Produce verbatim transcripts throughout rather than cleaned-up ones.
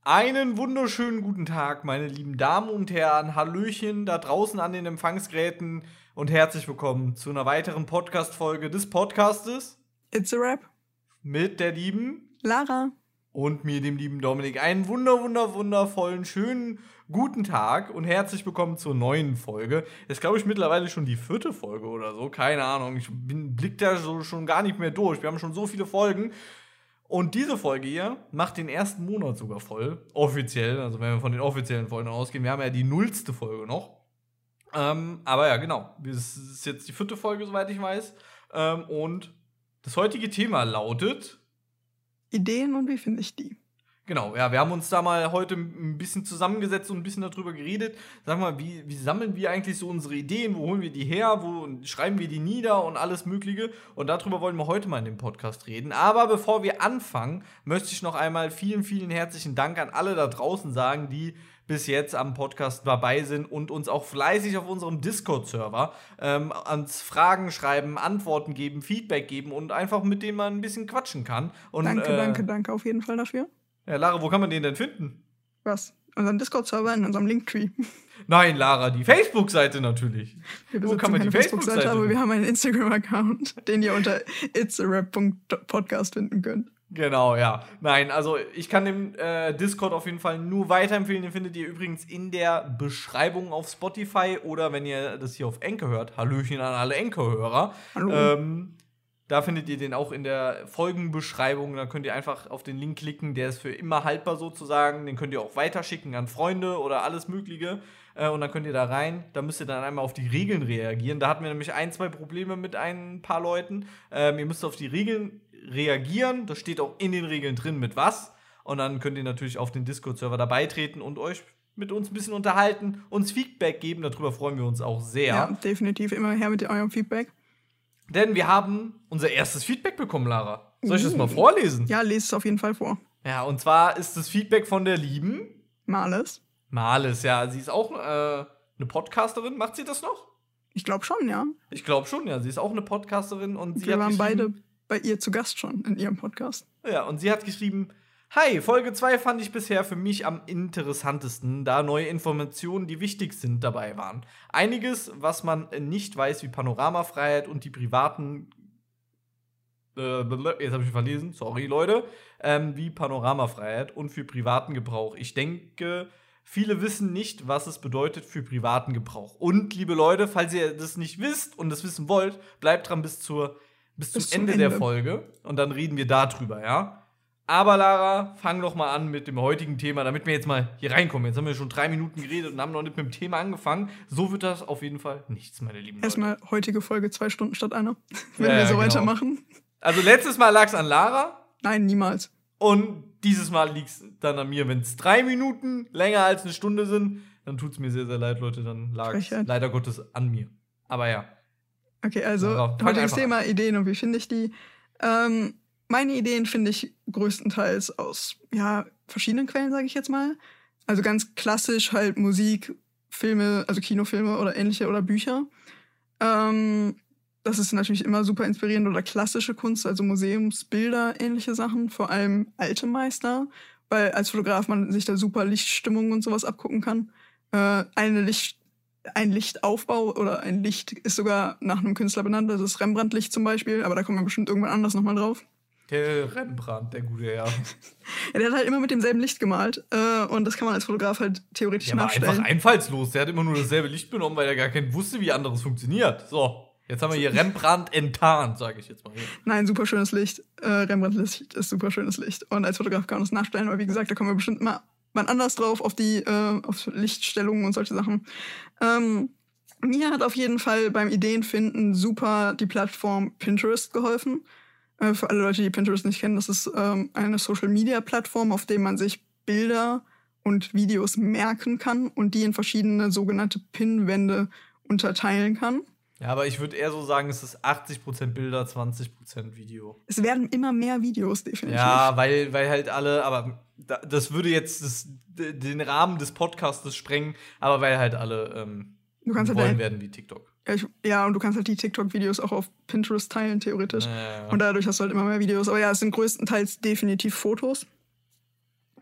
Einen wunderschönen guten Tag, meine lieben Damen und Herren, Hallöchen da draußen an den Empfangsgeräten und herzlich willkommen zu einer weiteren Podcast-Folge des Podcastes It's a Rap mit der lieben Lara und mir, dem lieben Dominik. Einen wunder, wunder, wundervollen, schönen guten Tag und herzlich willkommen zur neuen Folge. Das ist, glaube ich, mittlerweile schon die vierte Folge oder so, keine Ahnung. Ich bin, blick da so schon gar nicht mehr durch. Wir haben schon so viele Folgen. Und diese Folge hier macht den ersten Monat sogar voll, offiziell, also wenn wir von den offiziellen Folgen ausgehen. Wir haben ja die nullste Folge noch. Ähm, aber ja, genau, es ist jetzt die vierte Folge, soweit ich weiß. Ähm, und das heutige Thema lautet Ideen und wie finde ich die? Genau, ja, wir haben uns da mal heute ein bisschen zusammengesetzt und ein bisschen darüber geredet. Sag mal, wie, wie sammeln wir eigentlich so unsere Ideen? Wo holen wir die her? Wo schreiben wir die nieder und alles Mögliche? Und darüber wollen wir heute mal in dem Podcast reden. Aber bevor wir anfangen, möchte ich noch einmal vielen, vielen herzlichen Dank an alle da draußen sagen, die bis jetzt am Podcast dabei sind und uns auch fleißig auf unserem Discord-Server ähm, ans Fragen schreiben, Antworten geben, Feedback geben und einfach mit dem man ein bisschen quatschen kann. Und, danke, äh, danke, danke auf jeden Fall dafür. Ja, Lara, wo kann man den denn finden? Was? Unseren Discord-Server in unserem Linktree. Nein, Lara, die Facebook-Seite natürlich. Wir Wo kann man die Facebook-Seite, aber wir haben einen Instagram-Account, den ihr unter itsarap punkt podcast finden könnt. Genau, ja. Nein, also ich kann dem äh, Discord auf jeden Fall nur weiterempfehlen. Den findet ihr übrigens in der Beschreibung auf Spotify oder wenn ihr das hier auf Anchor hört. Hallöchen an alle Anchor-Hörer. Hallo. Ähm, Da findet ihr den auch in der Folgenbeschreibung. Da könnt ihr einfach auf den Link klicken. Der ist für immer haltbar sozusagen. Den könnt ihr auch weiterschicken an Freunde oder alles Mögliche. Äh, und dann könnt ihr da rein. Da müsst ihr dann einmal auf die Regeln reagieren. Da hatten wir nämlich ein, zwei Probleme mit ein paar Leuten. Ähm, ihr müsst auf die Regeln reagieren. Das steht auch in den Regeln drin, mit was. Und dann könnt ihr natürlich auf den Discord-Server dabei treten und euch mit uns ein bisschen unterhalten, uns Feedback geben. Darüber freuen wir uns auch sehr. Ja, definitiv immer her mit eurem Feedback. Denn wir haben unser erstes Feedback bekommen, Lara. Soll ich das mal vorlesen? Ja, lese es auf jeden Fall vor. Ja, und zwar ist das Feedback von der lieben Males. Males, ja. Sie ist auch äh, eine Podcasterin. Macht sie das noch? Ich glaube schon, ja. Ich glaube schon, ja. Sie ist auch eine Podcasterin. Und sie wir hat waren beide geschrieben- bei ihr zu Gast schon in ihrem Podcast. Ja, und sie hat geschrieben: Hi, Folge zwei fand ich bisher für mich am interessantesten, da neue Informationen, die wichtig sind, dabei waren. Einiges, was man nicht weiß, wie Panoramafreiheit und die privaten äh, jetzt habe ich verlesen, sorry Leute, ähm, wie Panoramafreiheit und für privaten Gebrauch. Ich denke, viele wissen nicht, was es bedeutet für privaten Gebrauch. Und, liebe Leute, falls ihr das nicht wisst und das wissen wollt, bleibt dran bis zur bis, bis zum, Ende, Ende der Folge und dann reden wir darüber, ja? Aber Lara, fang doch mal an mit dem heutigen Thema, damit wir jetzt mal hier reinkommen. Jetzt haben wir schon drei Minuten geredet und haben noch nicht mit dem Thema angefangen. So wird das auf jeden Fall nichts, meine lieben Leute. Erstmal heutige Folge zwei Stunden statt einer, wenn ja, wir so genau. weitermachen. Also letztes Mal lag es an Lara. Nein, niemals. Und dieses Mal liegt es dann an mir. Wenn es drei Minuten länger als eine Stunde sind, dann tut es mir sehr, sehr leid, Leute. Dann lag es leider Gottes an mir. Aber ja. Okay, also Lara, heutiges Thema Ideen und wie finde ich die? Ähm, Meine Ideen finde ich größtenteils aus ja, verschiedenen Quellen, sage ich jetzt mal. Also ganz klassisch halt Musik, Filme, also Kinofilme oder ähnliche oder Bücher. Ähm, das ist natürlich immer super inspirierend oder klassische Kunst, also Museumsbilder, ähnliche Sachen, vor allem alte Meister, weil als Fotograf man sich da super Lichtstimmung und sowas abgucken kann. Äh, eine Licht, ein Lichtaufbau oder ein Licht ist sogar nach einem Künstler benannt, das ist Rembrandt-Licht zum Beispiel, aber da kommen wir bestimmt irgendwann anders nochmal drauf. Der Rembrandt, der gute Herr. Ja, der hat halt immer mit demselben Licht gemalt. Äh, und das kann man als Fotograf halt theoretisch der war nachstellen. Einfach einfallslos. Der hat immer nur dasselbe Licht genommen, weil er gar kein wusste, wie anderes funktioniert. So, jetzt haben wir hier Rembrandt enttarnt, sage ich jetzt mal. Hier. Nein, super schönes Licht. Äh, Rembrandt-Licht ist super schönes Licht. Und als Fotograf kann man das nachstellen. Aber wie gesagt, da kommen wir bestimmt mal wann anders drauf, auf die äh, auf Lichtstellungen und solche Sachen. Ähm, mir hat auf jeden Fall beim Ideenfinden super die Plattform Pinterest geholfen. Für alle Leute, die Pinterest nicht kennen, das ist ähm, eine Social-Media-Plattform, auf der man sich Bilder und Videos merken kann und die in verschiedene sogenannte Pinwände unterteilen kann. Ja, aber ich würde eher so sagen, es ist achtzig Prozent Bilder, zwanzig Prozent Video. Es werden immer mehr Videos, definitiv. Ja, weil, weil halt alle, aber das würde jetzt das, den Rahmen des Podcastes sprengen, aber weil halt alle ähm, du kannst wollen halt werden wie TikTok. Ja, ich, ja, und du kannst halt die TikTok-Videos auch auf Pinterest teilen, theoretisch. Ja, ja. Und dadurch hast du halt immer mehr Videos. Aber ja, es sind größtenteils definitiv Fotos.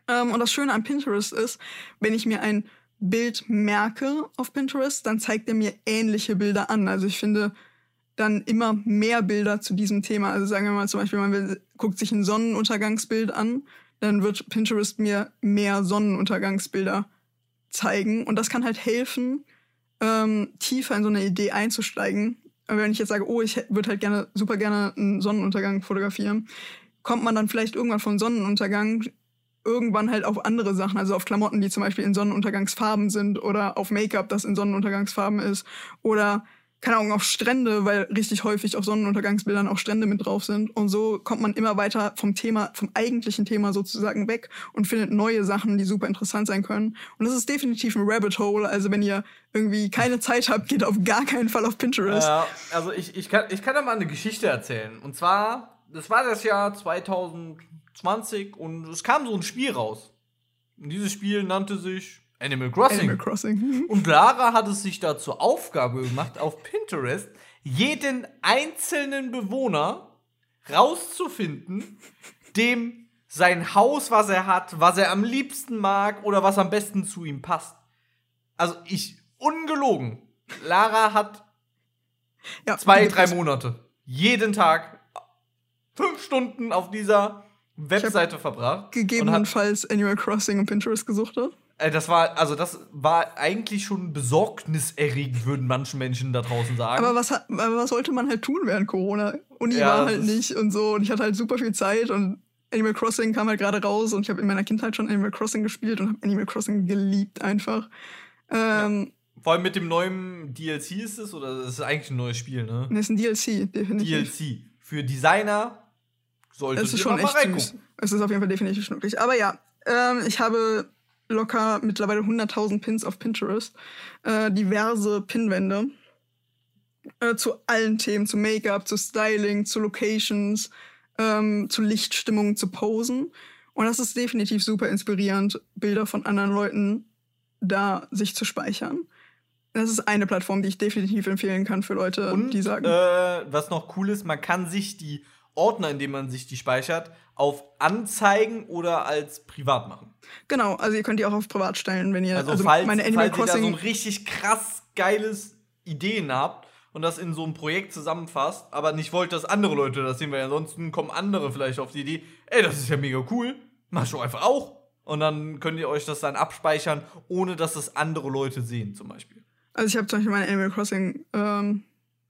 Ähm, und das Schöne an Pinterest ist, wenn ich mir ein Bild merke auf Pinterest, dann zeigt er mir ähnliche Bilder an. Also ich finde dann immer mehr Bilder zu diesem Thema. Also sagen wir mal zum Beispiel, man will, guckt sich ein Sonnenuntergangsbild an, dann wird Pinterest mir mehr Sonnenuntergangsbilder zeigen. Und das kann halt helfen, ähm, tiefer in so eine Idee einzusteigen. Aber wenn ich jetzt sage, oh, ich würde halt gerne, super gerne einen Sonnenuntergang fotografieren, kommt man dann vielleicht irgendwann vom Sonnenuntergang irgendwann halt auf andere Sachen, also auf Klamotten, die zum Beispiel in Sonnenuntergangsfarben sind oder auf Make-up, das in Sonnenuntergangsfarben ist oder, keine Ahnung, auf Strände, weil richtig häufig auf Sonnenuntergangsbildern auch Strände mit drauf sind. Und so kommt man immer weiter vom Thema, vom eigentlichen Thema sozusagen weg und findet neue Sachen, die super interessant sein können. Und das ist definitiv ein Rabbit Hole. Also wenn ihr irgendwie keine Zeit habt, geht auf gar keinen Fall auf Pinterest. Ja, also ich, ich, kann, ich kann da mal eine Geschichte erzählen. Und zwar, das war das Jahr zwanzig zwanzig und es kam so ein Spiel raus. Und dieses Spiel nannte sich Animal Crossing. Animal Crossing. Und Lara hat es sich da zur Aufgabe gemacht, auf Pinterest jeden einzelnen Bewohner rauszufinden, dem sein Haus, was er hat, was er am liebsten mag oder was am besten zu ihm passt. Also ich, ungelogen, Lara hat ja, zwei, drei Monate, jeden Tag, fünf Stunden auf dieser Webseite verbracht. Gegebenenfalls und hat Animal Crossing und Pinterest gesuchtet. Das war, also das war eigentlich schon besorgniserregend, würden manche Menschen da draußen sagen. Aber was, aber was sollte man halt tun während Corona? Uni ja, war halt nicht und so. Und ich hatte halt super viel Zeit und Animal Crossing kam halt gerade raus und ich habe in meiner Kindheit schon Animal Crossing gespielt und habe Animal Crossing geliebt einfach. Ähm, ja. Vor allem mit dem neuen D L C ist es, oder das ist eigentlich ein neues Spiel, ne? Das ist ein D L C, definitiv. D L C. Für Designer sollte es ist schon echt süß. Es ist auf jeden Fall definitiv schnucklig. Aber ja, ähm, ich habe locker mittlerweile hunderttausend Pins auf Pinterest, äh, diverse Pinwände äh, zu allen Themen, zu Make-up, zu Styling, zu Locations, ähm, zu Lichtstimmung, zu Posen. Und das ist definitiv super inspirierend, Bilder von anderen Leuten da sich zu speichern. Das ist eine Plattform, die ich definitiv empfehlen kann für Leute, Und, die sagen. Äh, was noch cool ist, man kann sich die Ordner, in dem man sich die speichert, auf Anzeigen oder als privat machen. Genau, also ihr könnt die auch auf privat stellen, wenn ihr also, also falls, meine Animal falls ihr Crossing da so ein richtig krass geiles Ideen habt und das in so einem Projekt zusammenfasst, aber nicht wollt, dass andere Leute das sehen, weil ansonsten kommen andere vielleicht auf die Idee, ey, das ist ja mega cool, mach ich doch einfach auch. Und dann könnt ihr euch das dann abspeichern, ohne dass das andere Leute sehen, zum Beispiel. Also ich habe zum Beispiel meine Animal Crossing ähm,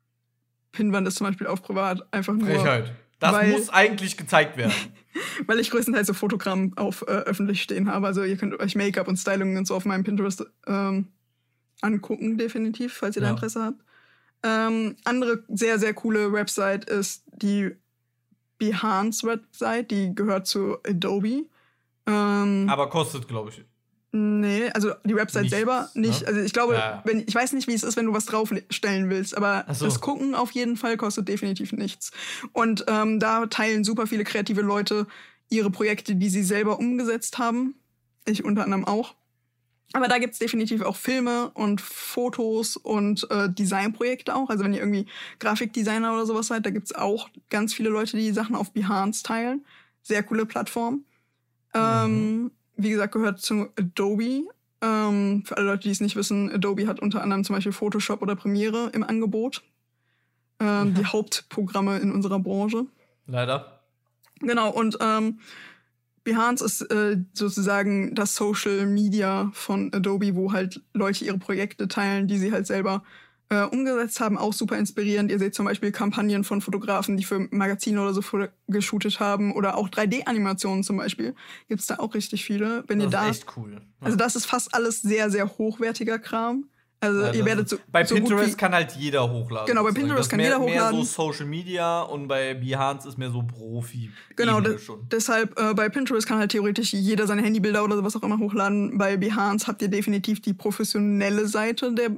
Pinwand ist zum Beispiel auf privat einfach nur. Frechheit. Das weil, muss eigentlich gezeigt werden. Weil ich größtenteils so Fotogramm auf äh, öffentlich stehen habe. Also ihr könnt euch Make-up und Styling und so auf meinem Pinterest ähm, angucken, definitiv, falls ihr ja. da Interesse habt. Ähm, andere sehr, sehr coole Website ist die Behance-Website. Die gehört zu Adobe. Ähm, Aber kostet, glaube ich. Nee, also die Website Nichts, selber nicht. Ne? Also ich glaube, ja. wenn, ich weiß nicht, wie es ist, wenn du was draufstellen willst, aber so. Das Gucken auf jeden Fall kostet definitiv nichts. Und ähm, da teilen super viele kreative Leute ihre Projekte, die sie selber umgesetzt haben. Ich unter anderem auch. Aber da gibt's definitiv auch Filme und Fotos und äh, Designprojekte auch. Also wenn ihr irgendwie Grafikdesigner oder sowas seid, da gibt's auch ganz viele Leute, die Sachen auf Behance teilen. Sehr coole Plattform. Mhm. Ähm, Wie gesagt, gehört zu Adobe. Ähm, für alle Leute, die es nicht wissen, Adobe hat unter anderem zum Beispiel Photoshop oder Premiere im Angebot. Ähm, die Hauptprogramme in unserer Branche. Leider. Genau, und ähm, Behance ist äh, sozusagen das Social Media von Adobe, wo halt Leute ihre Projekte teilen, die sie halt selber äh, umgesetzt haben. Auch super inspirierend. Ihr seht zum Beispiel Kampagnen von Fotografen, die für Magazine oder so geshootet haben. Oder auch drei D-Animationen zum Beispiel. Gibt's da auch richtig viele. Wenn das ihr da, ist echt cool. Ja. Also das ist fast alles sehr, sehr hochwertiger Kram. Also ja, ihr werdet so Bei so Pinterest kann halt jeder hochladen. Genau, bei Pinterest das kann mehr, jeder hochladen. Mehr so Social Media und bei Behance ist mehr so Profi. Genau, de- deshalb äh, bei Pinterest kann halt theoretisch jeder seine Handybilder oder was auch immer hochladen. Bei Behance habt ihr definitiv die professionelle Seite der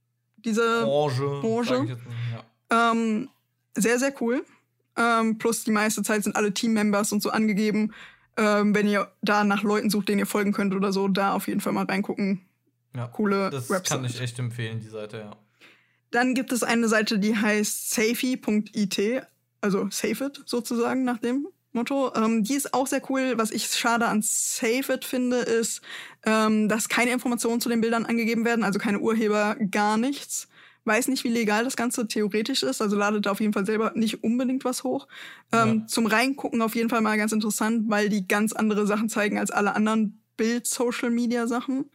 dieser Branche. Branche. Sag ich jetzt mal, ja. ähm, sehr, sehr cool. Ähm, plus die meiste Zeit sind alle Teammembers und so angegeben. Ähm, wenn ihr da nach Leuten sucht, denen ihr folgen könnt oder so, da auf jeden Fall mal reingucken. Ja, coole das Website. Kann ich echt empfehlen, die Seite, ja. Dann gibt es eine Seite, die heißt safety punkt it, also Save It sozusagen nach dem Motto. Ähm, die ist auch sehr cool. Was ich schade an Save It finde, ist, ähm, dass keine Informationen zu den Bildern angegeben werden, also keine Urheber, gar nichts. Weiß nicht, wie legal das Ganze theoretisch ist, also ladet da auf jeden Fall selber nicht unbedingt was hoch. Ähm, ja. Zum Reingucken auf jeden Fall mal ganz interessant, weil die ganz andere Sachen zeigen als alle anderen Bild-Social-Media-Sachen.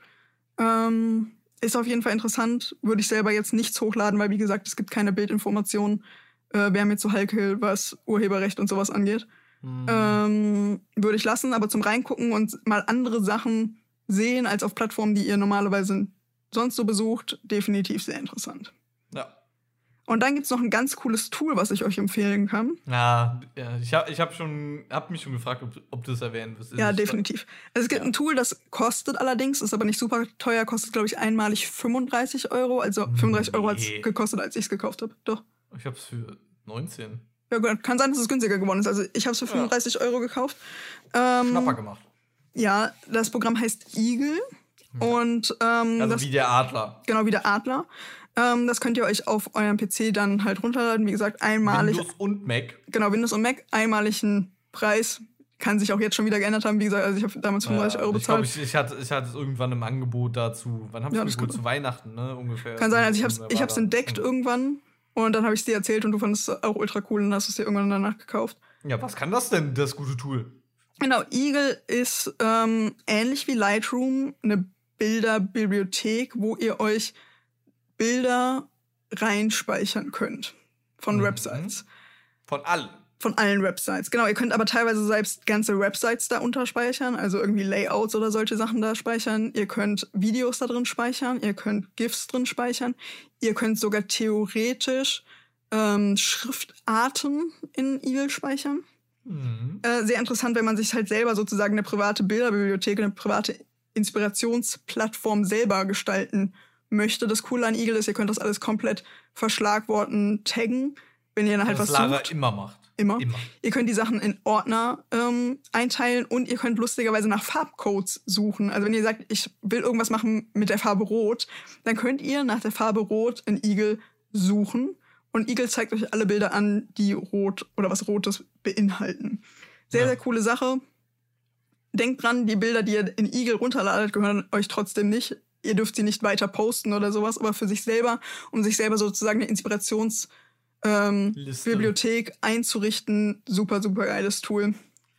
Ähm, ist auf jeden Fall interessant, würde ich selber jetzt nichts hochladen, weil wie gesagt, es gibt keine Bildinformationen. Äh, wäre mir zu heikel, was Urheberrecht und sowas angeht. Mhm. Ähm, würde ich lassen, aber zum Reingucken und mal andere Sachen sehen als auf Plattformen, die ihr normalerweise sonst so besucht, definitiv sehr interessant. Ja. Und dann gibt's noch ein ganz cooles Tool, was ich euch empfehlen kann. Ja, ich habe ich hab schon, hab mich schon gefragt, ob, ob du es erwähnen wirst. Ja, definitiv. Also es gibt ja. ein Tool, das kostet allerdings, ist aber nicht super teuer, kostet, glaube ich, einmalig fünfunddreißig Euro. Also fünfunddreißig Euro hat es gekostet, als ich es gekauft habe. Doch. Ich habe es für neunzehn. Ja, gut, kann sein, dass es günstiger geworden ist. Also ich habe es für fünfunddreißig ja. Euro gekauft. Ähm, Schnapper gemacht. Ja, das Programm heißt Eagle. Ja. Und, ähm, also das, wie der Adler. Genau, wie der Adler. Ähm, das könnt ihr euch auf eurem P C dann halt runterladen. Wie gesagt, einmalig. Windows und Mac. Genau, Windows und Mac. Einmaligen Preis. Kann sich auch jetzt schon wieder geändert haben. Wie gesagt, also ich habe damals fünfunddreißig Euro bezahlt. Ich glaube, ich, ich, hatte, ich hatte es irgendwann im Angebot dazu. Wann haben ja, es ja, zu Weihnachten, ne? Ungefähr. Kann sein, also ich habe ich hab's entdeckt ja. irgendwann. Und dann habe ich es dir erzählt und du fandest es auch ultra cool und hast es dir irgendwann danach gekauft. Ja, was kann das denn, das gute Tool? Genau, Eagle ist ähm, ähnlich wie Lightroom eine Bilderbibliothek, wo ihr euch Bilder reinspeichern könnt von mhm. Websites. Von allen? Von allen Websites, genau. Ihr könnt aber teilweise selbst ganze Websites da unterspeichern, also irgendwie Layouts oder solche Sachen da speichern. Ihr könnt Videos da drin speichern, ihr könnt GIFs drin speichern. Ihr könnt sogar theoretisch ähm, Schriftarten in Eagle speichern. Mhm. Äh, sehr interessant, wenn man sich halt selber sozusagen eine private Bilderbibliothek, eine private Inspirationsplattform selber gestalten möchte. Das Coole an Eagle ist, ihr könnt das alles komplett verschlagworten, taggen, wenn ihr dann halt was sucht. Was Lara immer macht. Immer. immer. Ihr könnt die Sachen in Ordner ähm, einteilen und ihr könnt lustigerweise nach Farbcodes suchen. Also wenn ihr sagt, ich will irgendwas machen mit der Farbe Rot, dann könnt ihr nach der Farbe Rot in Eagle suchen und Eagle zeigt euch alle Bilder an, die Rot oder was Rotes beinhalten. Sehr, ja. sehr coole Sache. Denkt dran, die Bilder, die ihr in Eagle runterladet, gehören euch trotzdem nicht. Ihr dürft sie nicht weiter posten oder sowas, aber für sich selber, um sich selber sozusagen eine Inspirations- Ähm, Bibliothek einzurichten, super, super geiles Tool.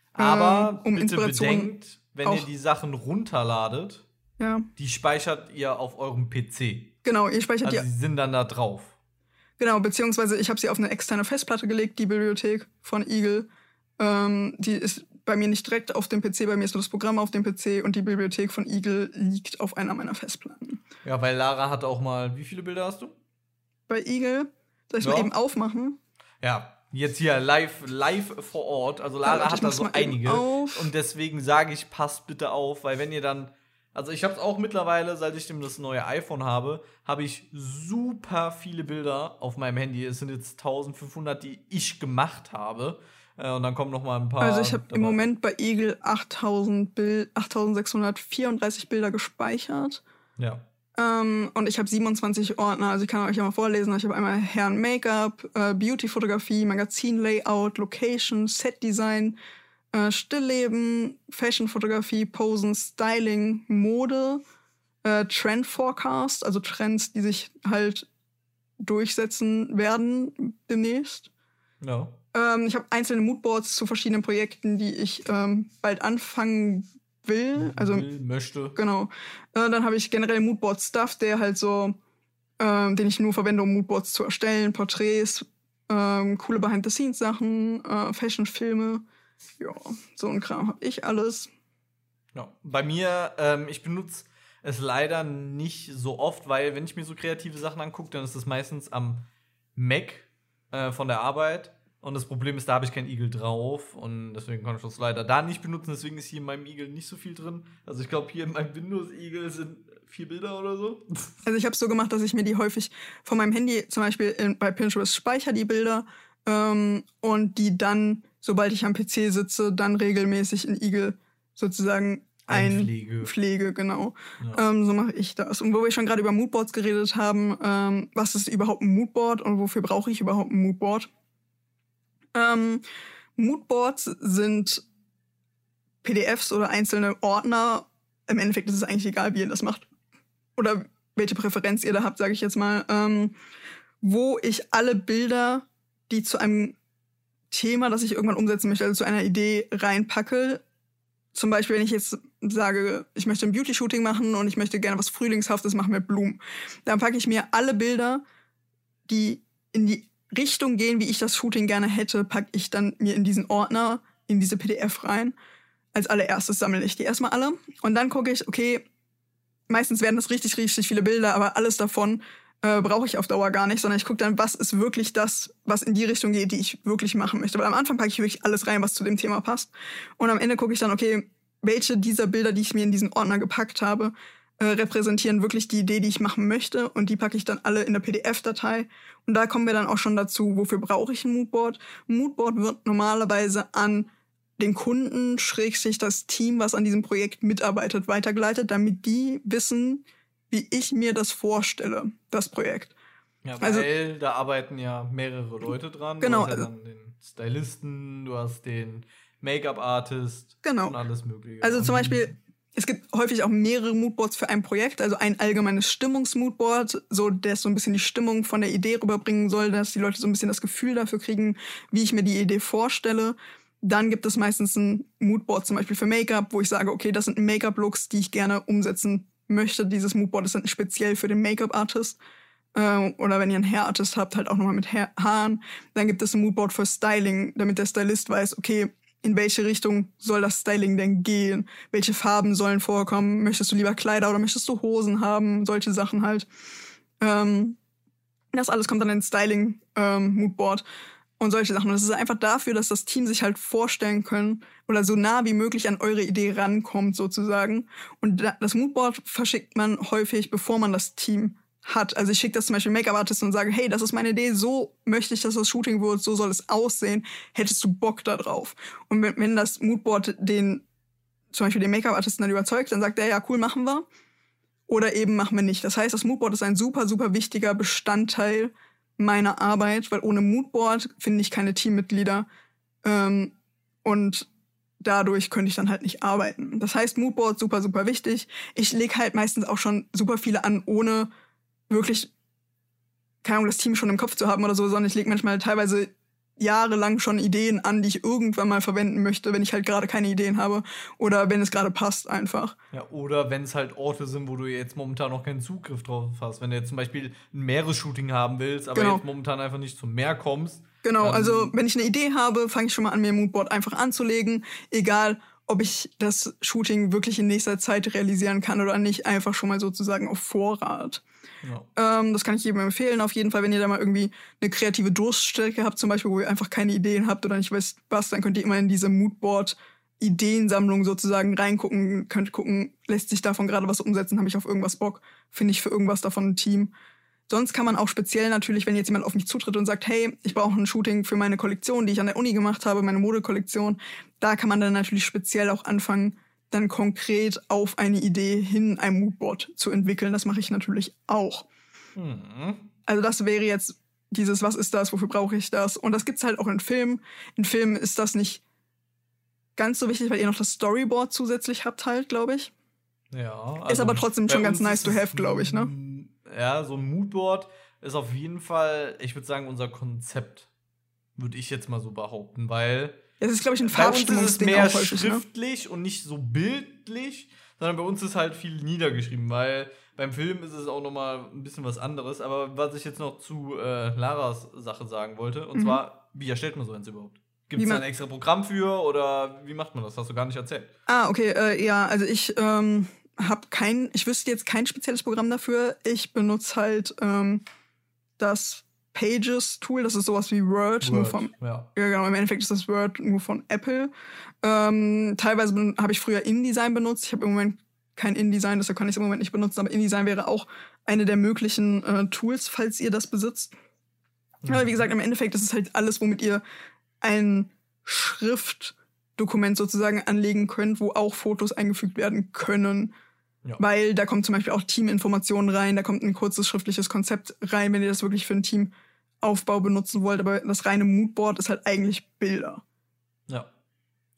Aber ähm, um bitte bedenkt, wenn auch, ihr die Sachen runterladet, ja. die speichert ihr auf eurem P C. Genau, ihr speichert also die. die sind dann da drauf. Genau, beziehungsweise ich habe sie auf eine externe Festplatte gelegt, die Bibliothek von Eagle. Ähm, die ist bei mir nicht direkt auf dem P C, bei mir ist nur das Programm auf dem P C und die Bibliothek von Eagle liegt auf einer meiner Festplatten. Ja, weil Lara hat auch mal, wie viele Bilder hast du? Bei Eagle? Soll ich ja. mal eben aufmachen? Ja, jetzt hier live, live vor Ort. Also Lara ja, hat da so einige. Und deswegen sage ich, passt bitte auf, weil wenn ihr dann, also ich habe es auch mittlerweile, seit ich das neue iPhone habe, habe ich super viele Bilder auf meinem Handy. Es sind jetzt eintausendfünfhundert, die ich gemacht habe. Und dann kommen noch mal ein paar. Also ich habe im Moment bei Eagle achttausend Bild, achttausendsechshundertvierunddreißig Bilder gespeichert. Ja. Um, und ich habe siebenundzwanzig Ordner, also ich kann euch ja mal vorlesen. Ich habe einmal Herren Make-up, äh, Beauty-Fotografie, Magazin-Layout, Location, Set-Design, äh, Stillleben, Fashion-Fotografie, Posen, Styling, Mode, äh, Trend-Forecast, also Trends, die sich halt durchsetzen werden demnächst. Ja. Ähm, ich habe einzelne Moodboards zu verschiedenen Projekten, die ich ähm, bald anfangen will, also will, möchte. Genau. Äh, dann habe ich generell Moodboard-Stuff, der halt so, äh, den ich nur verwende, um Moodboards zu erstellen, Porträts, äh, coole Behind-the-Scenes-Sachen, äh, Fashion-Filme, ja, so ein Kram habe ich alles. Ja. Bei mir, ähm, ich benutze es leider nicht so oft, weil wenn ich mir so kreative Sachen angucke, dann ist es meistens am Mac äh, von der Arbeit. Und das Problem ist, da habe ich kein Eagle drauf und deswegen kann ich das leider da nicht benutzen. Deswegen ist hier in meinem Eagle nicht so viel drin. Also ich glaube, hier in meinem Windows-Eagle sind vier Bilder oder so. Also ich habe es so gemacht, dass ich mir die häufig von meinem Handy zum Beispiel in, bei Pinterest speichere, die Bilder, ähm, und die dann, sobald ich am P C sitze, dann regelmäßig in Eagle sozusagen einpflege. Einpflege, genau. Ja. Ähm, so mache ich das. Und wo wir schon gerade über Moodboards geredet haben, ähm, was ist überhaupt ein Moodboard und wofür brauche ich überhaupt ein Moodboard? Ähm, Moodboards sind P D Fs oder einzelne Ordner. Im Endeffekt ist es eigentlich egal, wie ihr das macht. Oder welche Präferenz ihr da habt, sage ich jetzt mal. Ähm, wo ich alle Bilder, die zu einem Thema, das ich irgendwann umsetzen möchte, also zu einer Idee reinpacke. Zum Beispiel, wenn ich jetzt sage, ich möchte ein Beauty-Shooting machen und ich möchte gerne was Frühlingshaftes machen mit Blumen. Dann packe ich mir alle Bilder, die in die Richtung gehen, wie ich das Shooting gerne hätte, packe ich dann mir in diesen Ordner, in diese P D F rein. Als allererstes sammle ich die erstmal alle. Und dann gucke ich, okay, meistens werden das richtig, richtig viele Bilder, aber alles davon äh, brauche ich auf Dauer gar nicht, sondern ich gucke dann, was ist wirklich das, was in die Richtung geht, die ich wirklich machen möchte. Weil am Anfang packe ich wirklich alles rein, was zu dem Thema passt. Und am Ende gucke ich dann, okay, welche dieser Bilder, die ich mir in diesen Ordner gepackt habe, äh, repräsentieren wirklich die Idee, die ich machen möchte. Und die packe ich dann alle in eine P D F-Datei. Und da kommen wir dann auch schon dazu, wofür brauche ich ein Moodboard. Ein Moodboard wird normalerweise an den Kunden, Schrägstrich das Team, was an diesem Projekt mitarbeitet, weitergeleitet, damit die wissen, wie ich mir das vorstelle, das Projekt. Ja, weil also, da arbeiten ja mehrere Leute dran. Genau. Du hast ja dann den Stylisten, du hast den Make-up-Artist genau. und alles mögliche. Also zum Beispiel, es gibt häufig auch mehrere Moodboards für ein Projekt, also ein allgemeines Stimmungsmoodboard, so das so ein bisschen die Stimmung von der Idee rüberbringen soll, dass die Leute so ein bisschen das Gefühl dafür kriegen, wie ich mir die Idee vorstelle. Dann gibt es meistens ein Moodboard zum Beispiel für Make-up, wo ich sage, okay, das sind Make-up-Looks, die ich gerne umsetzen möchte. Dieses Moodboard ist dann speziell für den Make-up-Artist. Äh, oder wenn ihr einen Hair-Artist habt, halt auch nochmal mit ha- Haaren. Dann gibt es ein Moodboard für Styling, damit der Stylist weiß, okay, in welche Richtung soll das Styling denn gehen? Welche Farben sollen vorkommen? Möchtest du lieber Kleider oder möchtest du Hosen haben? Solche Sachen halt. Ähm, das alles kommt dann in Styling-Moodboard. Ähm, Und solche Sachen. Und das ist einfach dafür, dass das Team sich halt vorstellen können oder so nah wie möglich an eure Idee rankommt sozusagen. Und das Moodboard verschickt man häufig, bevor man das Team hat. Also ich schicke das zum Beispiel Make-up-Artisten und sage, hey, das ist meine Idee, so möchte ich, dass das Shooting wird, so soll es aussehen. Hättest du Bock da drauf? Und wenn, wenn das Moodboard den, zum Beispiel den Make-up-Artisten dann überzeugt, dann sagt er, ja, cool, machen wir. Oder eben machen wir nicht. Das heißt, das Moodboard ist ein super, super wichtiger Bestandteil meiner Arbeit, weil ohne Moodboard finde ich keine Teammitglieder ähm, und dadurch könnte ich dann halt nicht arbeiten. Das heißt, Moodboard super, super wichtig. Ich lege halt meistens auch schon super viele an, ohne wirklich, keine Ahnung, das Team schon im Kopf zu haben oder so, sondern ich lege manchmal teilweise jahrelang schon Ideen an, die ich irgendwann mal verwenden möchte, wenn ich halt gerade keine Ideen habe oder wenn es gerade passt einfach. Ja, oder wenn es halt Orte sind, wo du jetzt momentan noch keinen Zugriff drauf hast. Wenn du jetzt zum Beispiel ein Meeresshooting haben willst, aber genau. jetzt momentan einfach nicht zum Meer kommst. Genau, also wenn ich eine Idee habe, fange ich schon mal an, mir ein Moodboard einfach anzulegen. Egal, ob ich das Shooting wirklich in nächster Zeit realisieren kann oder nicht, einfach schon mal sozusagen auf Vorrat. Ja. Ähm, das kann ich jedem empfehlen. Auf jeden Fall, wenn ihr da mal irgendwie eine kreative Durststrecke habt, zum Beispiel, wo ihr einfach keine Ideen habt oder nicht wisst was, dann könnt ihr immer in diese Moodboard-Ideensammlung sozusagen reingucken. Könnt gucken, lässt sich davon gerade was umsetzen, habe ich auf irgendwas Bock, finde ich für irgendwas davon ein Team. Sonst kann man auch speziell natürlich, wenn jetzt jemand auf mich zutritt und sagt, hey, ich brauche ein Shooting für meine Kollektion, die ich an der Uni gemacht habe, meine Modekollektion, da kann man dann natürlich speziell auch anfangen, dann konkret auf eine Idee hin ein Moodboard zu entwickeln. Das mache ich natürlich auch. Mhm. Also das wäre jetzt dieses, was ist das, wofür brauche ich das? Und das gibt's halt auch in Filmen. In Filmen ist das nicht ganz so wichtig, weil ihr noch das Storyboard zusätzlich habt halt, glaube ich. Ja. Also ist aber trotzdem schon ganz nice to have, glaube ich, ne? Ja, so ein Moodboard ist auf jeden Fall, ich würde sagen, unser Konzept, würde ich jetzt mal so behaupten, weil es ist, glaube ich, ein Farbstimmungsding auch häufig, mehr schriftlich, ne? Und nicht so bildlich, sondern bei uns ist halt viel niedergeschrieben, weil beim Film ist es auch noch mal ein bisschen was anderes. Aber was ich jetzt noch zu äh, Laras Sache sagen wollte, und mhm. zwar, wie erstellt man so eins überhaupt? Gibt es da ein extra Programm für oder wie macht man das? Hast du gar nicht erzählt. Ah, okay, äh, ja, also ich ähm, habe kein, ich wüsste jetzt kein spezielles Programm dafür. Ich benutze halt ähm, das Pages-Tool, das ist sowas wie Word, Word nur von, ja. ja genau, im Endeffekt ist das Word nur von Apple. Ähm, teilweise habe ich früher InDesign benutzt, ich habe im Moment kein InDesign, deshalb kann ich es im Moment nicht benutzen, aber InDesign wäre auch eine der möglichen äh, Tools, falls ihr das besitzt. Mhm. Aber wie gesagt, im Endeffekt ist es halt alles, womit ihr ein Schriftdokument sozusagen anlegen könnt, wo auch Fotos eingefügt werden können. Ja. Weil da kommt zum Beispiel auch Teaminformationen rein, da kommt ein kurzes schriftliches Konzept rein, wenn ihr das wirklich für einen Teamaufbau benutzen wollt. Aber das reine Moodboard ist halt eigentlich Bilder.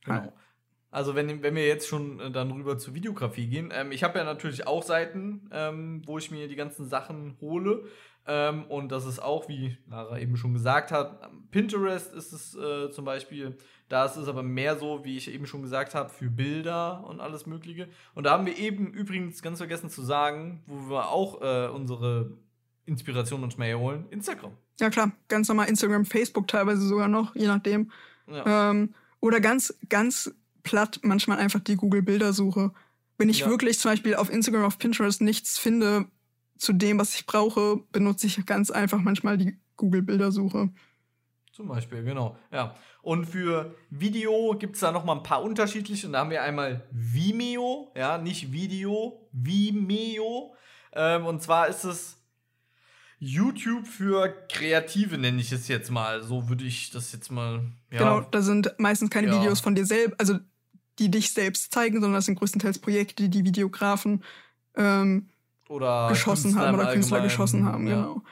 Genau. Also wenn, wenn wir jetzt schon äh, dann rüber zur Videografie gehen, ähm, ich habe ja natürlich auch Seiten, ähm, wo ich mir die ganzen Sachen hole. Ähm, und das ist auch, wie Lara eben schon gesagt hat, Pinterest ist es äh, zum Beispiel. Da ist es aber mehr so, wie ich eben schon gesagt habe, für Bilder und alles Mögliche. Und da haben wir eben übrigens ganz vergessen zu sagen, wo wir auch äh, unsere Inspiration manchmal herholen, Instagram. Ja klar, ganz normal Instagram, Facebook teilweise sogar noch, je nachdem. Ja. Ähm, oder ganz, ganz platt manchmal einfach die Google-Bildersuche. Wenn ich Ja. wirklich zum Beispiel auf Instagram, auf Pinterest nichts finde zu dem, was ich brauche, benutze ich ganz einfach manchmal die Google-Bildersuche. Zum Beispiel, genau. Ja. Und für Video gibt es da noch mal ein paar unterschiedliche. Und da haben wir einmal Vimeo, ja, nicht Video, Vimeo. Ähm, und zwar ist es YouTube für Kreative, nenne ich es jetzt mal. So würde ich das jetzt mal. Ja. Genau, da sind meistens keine Ja. Videos von dir selbst, also die dich selbst zeigen, sondern das sind größtenteils Projekte, die die Videografen ähm, oder geschossen Künstler haben im oder Künstler Allgemeinen, geschossen haben, ja. genau.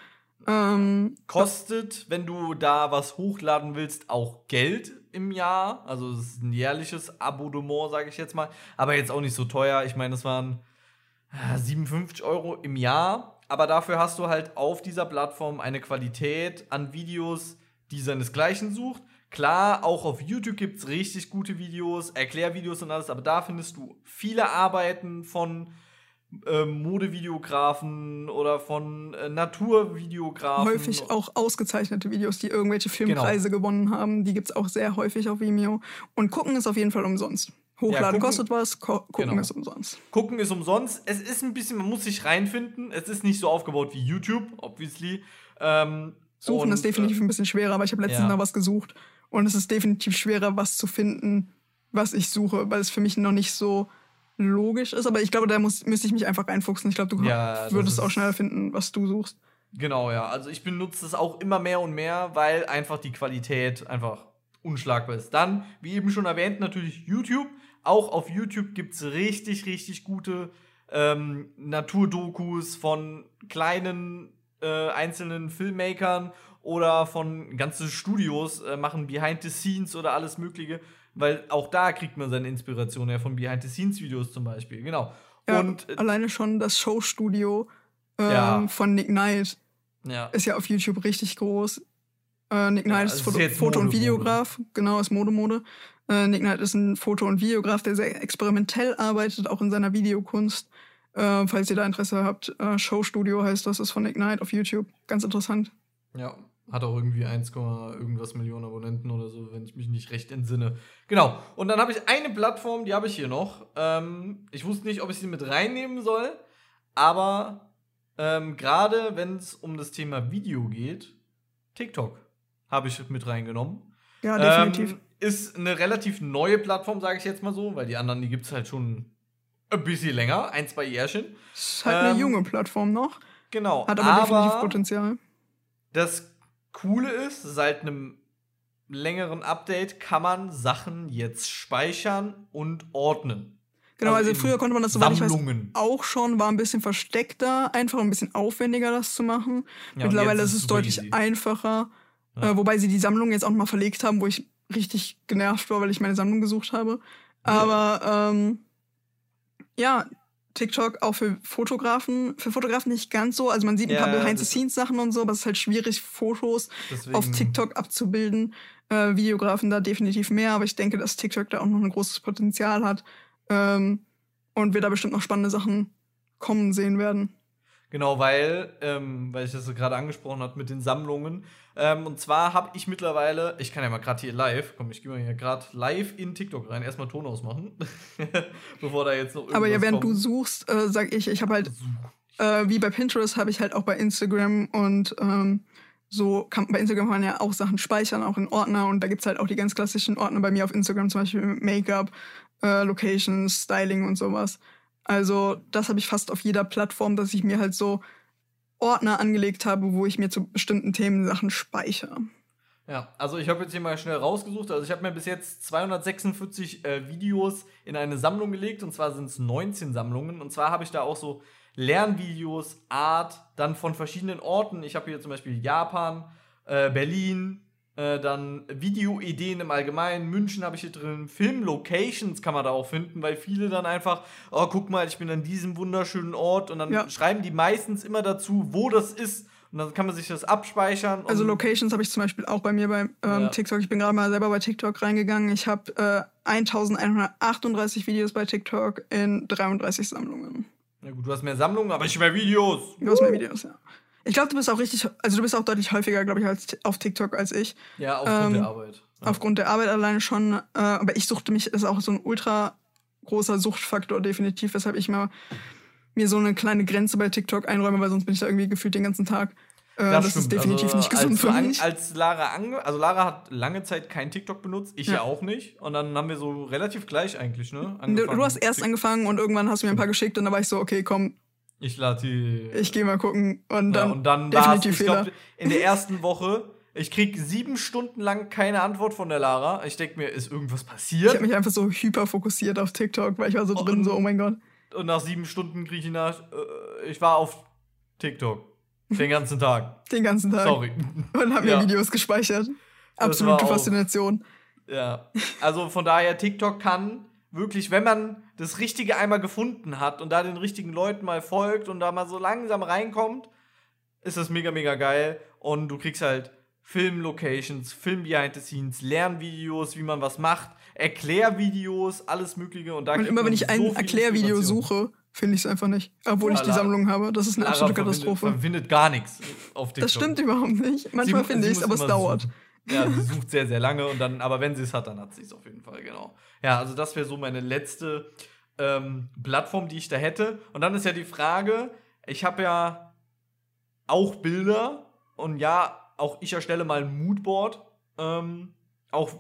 Ähm, Kostet, wenn du da was hochladen willst, auch Geld im Jahr. Also es ist ein jährliches Abonnement, sage ich jetzt mal. Aber jetzt auch nicht so teuer. Ich meine, es waren äh, siebenundfünfzig Euro im Jahr. Aber dafür hast du halt auf dieser Plattform eine Qualität an Videos, die seinesgleichen sucht. Klar, auch auf YouTube gibt es richtig gute Videos, Erklärvideos und alles. Aber da findest du viele Arbeiten von äh, Modevideografen oder von äh, Naturvideografen. häufig auch ausgezeichnete Videos, die irgendwelche Filmpreise Genau. gewonnen haben. Die gibt's auch sehr häufig auf Vimeo. Und gucken ist auf jeden Fall umsonst. Hochladen Ja, gucken- kostet was, ko gucken Genau. ist umsonst. Gucken ist umsonst. Es ist ein bisschen, man muss sich reinfinden. Es ist nicht so aufgebaut wie YouTube, obviously. Ähm, Suchen und, ist definitiv ein bisschen schwerer, aber ich habe letztens ja. noch was gesucht. Und es ist definitiv schwerer, was zu finden, was ich suche, weil es für mich noch nicht so logisch ist. Aber ich glaube, da muss, müsste ich mich einfach reinfuchsen. Ich glaube, du Ja, das würdest ist- auch schneller finden, was du suchst. Äh, genau, ja. Also ich benutze es auch immer mehr und mehr, weil einfach die Qualität einfach unschlagbar ist. Dann, wie eben schon erwähnt, natürlich YouTube. Auch auf YouTube gibt es richtig, richtig gute ähm, Naturdokus von kleinen äh, einzelnen Filmmakern oder von ganzen Studios äh, machen Behind the Scenes oder alles Mögliche, weil auch da kriegt man seine Inspiration her von Behind the Scenes Videos zum Beispiel, genau. Ja, Und äh, alleine schon das Showstudio ähm, Ja. von Nick Knight ja, ist ja auf YouTube richtig groß. Äh, Nick Ja, Knight es ist ist Foto, jetzt Foto- und Mode, Videograf, genau, ist Modemode. Äh, Nick Knight ist ein Foto- und Videograf, der sehr experimentell arbeitet, auch in seiner Videokunst. Äh, falls ihr da Interesse habt, äh, Showstudio heißt das, ist von Nick Knight auf YouTube. Ganz interessant. ja, hat auch irgendwie eins, irgendwas Millionen Abonnenten oder so, wenn ich mich nicht recht entsinne. Genau. Und dann habe ich eine Plattform, die habe ich hier noch. Ähm, ich wusste nicht, ob ich sie mit reinnehmen soll, aber ähm, gerade wenn es um das Thema Video geht, TikTok habe ich mit reingenommen. Ja, definitiv. Ähm, ist eine relativ neue Plattform, sage ich jetzt mal so, weil die anderen, die gibt es halt schon ein bisschen länger, ein, zwei Jährchen. Ist halt eine ähm, junge Plattform noch, Genau. hat aber, definitiv Potenzial. Das Coole ist, seit einem längeren Update kann man Sachen jetzt speichern und ordnen. Genau, also, in früher konnte man das, soweit ich weiß, Sammlungen. auch schon, war ein bisschen versteckter, einfach ein bisschen aufwendiger, das zu machen. Ja, und Mittlerweile jetzt ist es super deutlich easy. einfacher. Ja. Äh, wobei sie die Sammlung jetzt auch mal verlegt haben, wo ich richtig genervt war, weil ich meine Sammlung gesucht habe. Aber ähm, ja, TikTok auch für Fotografen. Für Fotografen nicht ganz so. Also man sieht ein Ja, paar das- Behind-the-Scenes-Sachen und so, aber es ist halt schwierig, Fotos Deswegen, auf TikTok abzubilden. Äh, Videografen da definitiv mehr, aber ich denke, dass TikTok da auch noch ein großes Potenzial hat. Ähm, und wir da bestimmt noch spannende Sachen kommen sehen werden. Genau, weil, ähm, weil ich das so gerade angesprochen habe mit den Sammlungen. Ähm, und zwar habe ich mittlerweile, ich kann ja mal gerade hier live, komm, ich gehe mal hier gerade live in TikTok rein, erstmal Ton ausmachen, bevor da jetzt noch irgendwas Aber ja, während kommt. du suchst, äh, sag ich, ich habe halt äh, wie bei Pinterest habe ich halt auch bei Instagram und ähm, so kann, bei Instagram kann man ja auch Sachen speichern, auch in Ordner und da gibt's halt auch die ganz klassischen Ordner bei mir auf Instagram, zum Beispiel Make-up, äh, Locations, Styling und sowas. Also das habe ich fast auf jeder Plattform, dass ich mir halt so Ordner angelegt habe, wo ich mir zu bestimmten Themen Sachen speichere. Ja, also ich habe jetzt hier mal schnell rausgesucht. Also ich habe mir bis jetzt zweihundertsechsundvierzig äh, Videos in eine Sammlung gelegt. Und zwar sind es neunzehn Sammlungen. Und zwar habe ich da auch so Lernvideos, Art, dann von verschiedenen Orten. Ich habe hier zum Beispiel Japan, äh, Berlin, Äh, dann Videoideen im Allgemeinen. München habe ich hier drin. Filmlocations kann man da auch finden, weil viele dann einfach, oh, guck mal, ich bin an diesem wunderschönen Ort. Und dann Ja. schreiben die meistens immer dazu, wo das ist. Und dann kann man sich das abspeichern. Also Locations habe ich zum Beispiel auch bei mir bei ähm, Ja. TikTok. Ich bin gerade mal selber bei TikTok reingegangen. Ich habe äh, elfhundertachtunddreißig Videos bei TikTok in dreiunddreißig Sammlungen. Ja gut, du hast mehr Sammlungen, aber ich mehr Videos. Du hast mehr Videos, ja. Ich glaube, du bist auch richtig, also du bist auch deutlich häufiger, glaube ich, als auf TikTok als ich. Ja, aufgrund Ähm, der Arbeit. Ja. Aufgrund der Arbeit alleine schon. Äh, aber ich suchte mich, das ist auch so ein ultra großer Suchtfaktor definitiv, weshalb ich mal mir so eine kleine Grenze bei TikTok einräume, weil sonst bin ich da irgendwie gefühlt den ganzen Tag. Äh, das das ist definitiv also, nicht gesund als für an, mich. Als Lara ange also Lara hat lange Zeit kein TikTok benutzt, ich ja. ja auch nicht. Und dann haben wir so relativ gleich eigentlich, ne? Du, du hast erst angefangen und irgendwann hast du mir ein paar geschickt und dann war ich so, okay, komm. Ich lade die. Ich gehe mal gucken und dann, ja, und dann definitiv ich glaube, in der ersten Woche, ich krieg sieben Stunden lang keine Antwort von der Lara. Ich denke mir, ist irgendwas passiert? Ich habe mich einfach so hyper fokussiert auf TikTok, weil ich war so und, drin, so, oh mein Gott. Und nach sieben Stunden kriege ich nach, äh, ich war auf TikTok. Den ganzen Tag. Den ganzen Tag. Sorry. Und habe mir ja. Videos gespeichert. Absolute Faszination. Ja. Also von daher, TikTok kann wirklich, wenn man das Richtige einmal gefunden hat und da den richtigen Leuten mal folgt und da mal so langsam reinkommt, ist das mega, mega geil. Und du kriegst halt Film-Locations, Film-Behind-the-Scenes, Lernvideos, wie man was macht, Erklärvideos, alles Mögliche. Und, da und immer wenn ich ein so Erklärvideo suche, finde ich es einfach nicht. Obwohl ja, ich die Lara, Sammlung habe. Das ist eine absolute Katastrophe. Man findet gar nichts auf TikTok. Das stimmt überhaupt nicht. Manchmal finde ich es, aber es dauert. Suchen. Ja, sie sucht sehr, sehr lange. Und dann, aber wenn sie es hat, dann hat sie es auf jeden Fall, genau. Ja, also das wäre so meine letzte ähm, Plattform, die ich da hätte. Und dann ist ja die Frage, ich habe ja auch Bilder. Und ja, auch ich erstelle mal ein Moodboard. Ähm, auch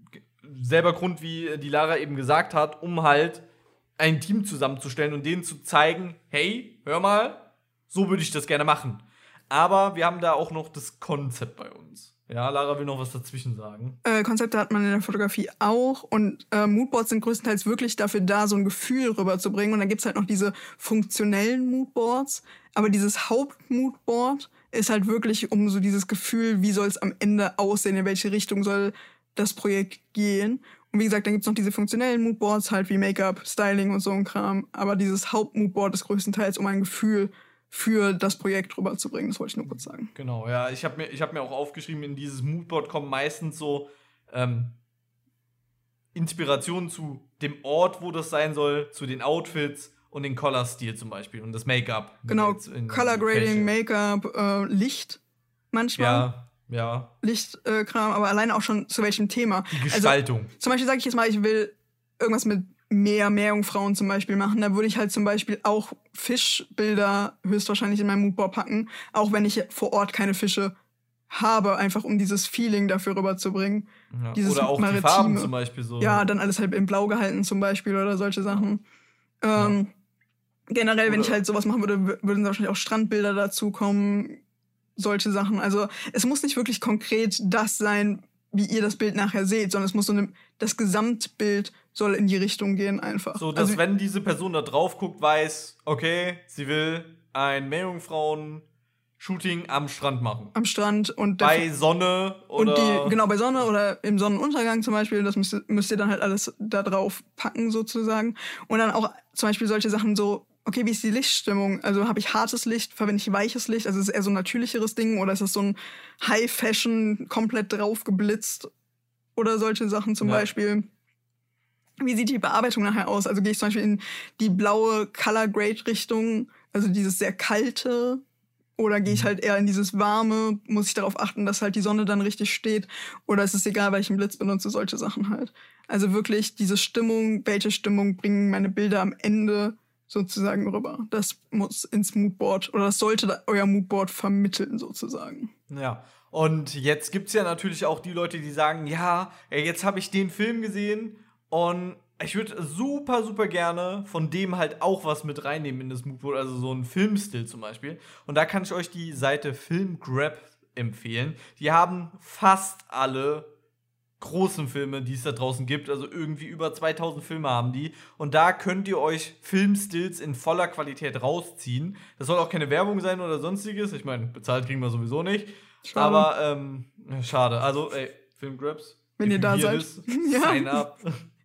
selber Grund, wie die Lara eben gesagt hat, um halt ein Team zusammenzustellen und denen zu zeigen, hey, hör mal, so würde ich das gerne machen. Aber wir haben da auch noch das Konzept bei uns. Ja, Lara will noch was dazwischen sagen. Äh, Konzepte hat man in der Fotografie auch und äh, Moodboards sind größtenteils wirklich dafür da, so ein Gefühl rüberzubringen. Und dann gibt's halt noch diese funktionellen Moodboards. Aber dieses Hauptmoodboard ist halt wirklich um so dieses Gefühl, wie soll es am Ende aussehen, in welche Richtung soll das Projekt gehen. Und wie gesagt, dann gibt's noch diese funktionellen Moodboards, halt wie Make-up, Styling und so ein Kram. Aber dieses Hauptmoodboard ist größtenteils um ein Gefühl für das Projekt rüberzubringen. Das wollte ich nur kurz sagen. Genau, ja. Ich habe mir, ich hab mir auch aufgeschrieben, in dieses Moodboard kommen meistens so ähm, Inspirationen zu dem Ort, wo das sein soll, zu den Outfits und den Color-Stil zum Beispiel und das Make-up. Genau, Color Grading, Make-up, äh, Licht manchmal. Ja. Ja. Lichtkram, äh, aber alleine auch schon zu welchem Thema. Die Gestaltung. Also, zum Beispiel sage ich jetzt mal, ich will irgendwas mit Meer, Meerjungfrauen zum Beispiel machen. Da würde ich halt zum Beispiel auch Fischbilder höchstwahrscheinlich in mein Moodboard packen, auch wenn ich vor Ort keine Fische habe, einfach um dieses Feeling dafür rüberzubringen. Ja. Dieses oder auch Maritime. Die Farben zum Beispiel so. Ja, dann alles halt in Blau gehalten zum Beispiel oder solche Sachen. Ja. Ähm, generell, oder wenn ich halt sowas machen würde, würden wahrscheinlich auch Strandbilder dazu kommen. Solche Sachen. Also es muss nicht wirklich konkret das sein, wie ihr das Bild nachher seht, sondern es muss so eine, das Gesamtbild soll in die Richtung gehen einfach. So, dass also, wenn diese Person da drauf guckt, weiß, okay, sie will ein Meerjungfrauen-Shooting am Strand machen. Am Strand und bei Sonne oder und die, genau, bei Sonne oder im Sonnenuntergang zum Beispiel, das müsst, müsst ihr dann halt alles da drauf packen sozusagen. Und dann auch zum Beispiel solche Sachen so, okay, wie ist die Lichtstimmung? Also habe ich hartes Licht, verwende ich weiches Licht? Also ist es eher so ein natürlicheres Ding oder ist es so ein High-Fashion, komplett drauf geblitzt? Oder solche Sachen zum ja. Beispiel. Wie sieht die Bearbeitung nachher aus? Also gehe ich zum Beispiel in die blaue Color-Grade-Richtung, also dieses sehr kalte? Oder gehe ich halt eher in dieses warme? Muss ich darauf achten, dass halt die Sonne dann richtig steht? Oder ist es egal, weil ich einen Blitz benutze? Solche Sachen halt. Also wirklich diese Stimmung, welche Stimmung bringen meine Bilder am Ende sozusagen rüber. Das muss ins Moodboard oder das sollte euer Moodboard vermitteln sozusagen. Ja, und jetzt gibt's ja natürlich auch die Leute, die sagen, ja, jetzt habe ich den Film gesehen und ich würde super, super gerne von dem halt auch was mit reinnehmen in das Moodboard, also so ein Filmstil zum Beispiel. Und da kann ich euch die Seite Filmgrab empfehlen. Die haben fast alle großen Filme, die es da draußen gibt. Also irgendwie über zweitausend Filme haben die. Und da könnt ihr euch Filmstills in voller Qualität rausziehen. Das soll auch keine Werbung sein oder sonstiges. Ich meine, bezahlt kriegen wir sowieso nicht. Schade. Aber, ähm, schade. Also, ey, Filmgrabs. Wenn ihr da seid. Ja. Sign up.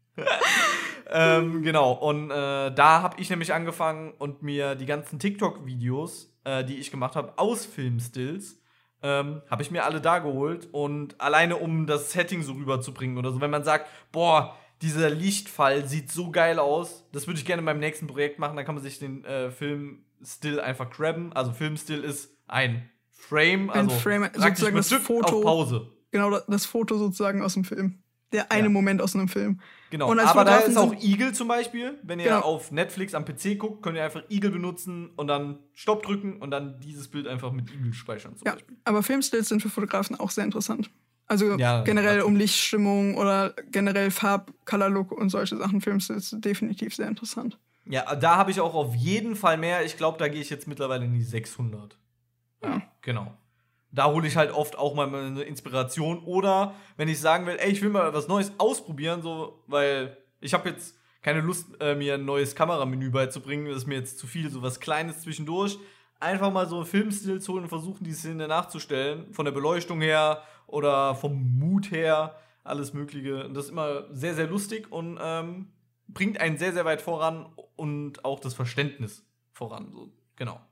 ähm, genau. Und äh, da habe ich nämlich angefangen und mir die ganzen TikTok-Videos, äh, die ich gemacht habe, aus Filmstills, Ähm, habe ich mir alle da geholt und alleine um das Setting so rüberzubringen oder so, wenn man sagt, boah, dieser Lichtfall sieht so geil aus, das würde ich gerne beim nächsten Projekt machen, dann kann man sich den äh, Film-Still einfach grabben. Also Film-Still ist ein Frame, also ein Frame, praktisch sozusagen mit das Stück Foto, auf Pause. Genau, das Foto sozusagen aus dem Film. Der eine Ja. Moment aus einem Film. Genau, und als aber da Fotografen ist auch sind- Eagle zum Beispiel. Wenn ihr Genau. auf Netflix am P C guckt, könnt ihr einfach Eagle benutzen und dann Stopp drücken und dann dieses Bild einfach mit Eagle speichern zum Ja, Beispiel. aber Filmstills sind für Fotografen auch sehr interessant. Also Ja, generell natürlich. um Lichtstimmung oder generell Farb, Color-Look und solche Sachen. Filmstills sind definitiv sehr interessant. Ja, da habe ich auch auf jeden Fall mehr. Ich glaube, da gehe ich jetzt mittlerweile in die sechshundert. Ja. Genau. Da hole ich halt oft auch mal eine Inspiration. Oder wenn ich sagen will, ey, ich will mal was Neues ausprobieren, so, weil ich habe jetzt keine Lust, äh, mir ein neues Kameramenü beizubringen. Das ist mir jetzt zu viel, so was Kleines zwischendurch. Einfach mal so einen Filmstil zu holen und versuchen, die Szene nachzustellen. Von der Beleuchtung her oder vom Mut her, alles Mögliche. Und das ist immer sehr, sehr lustig und ähm, bringt einen sehr, sehr weit voran und auch das Verständnis voran. So, genau.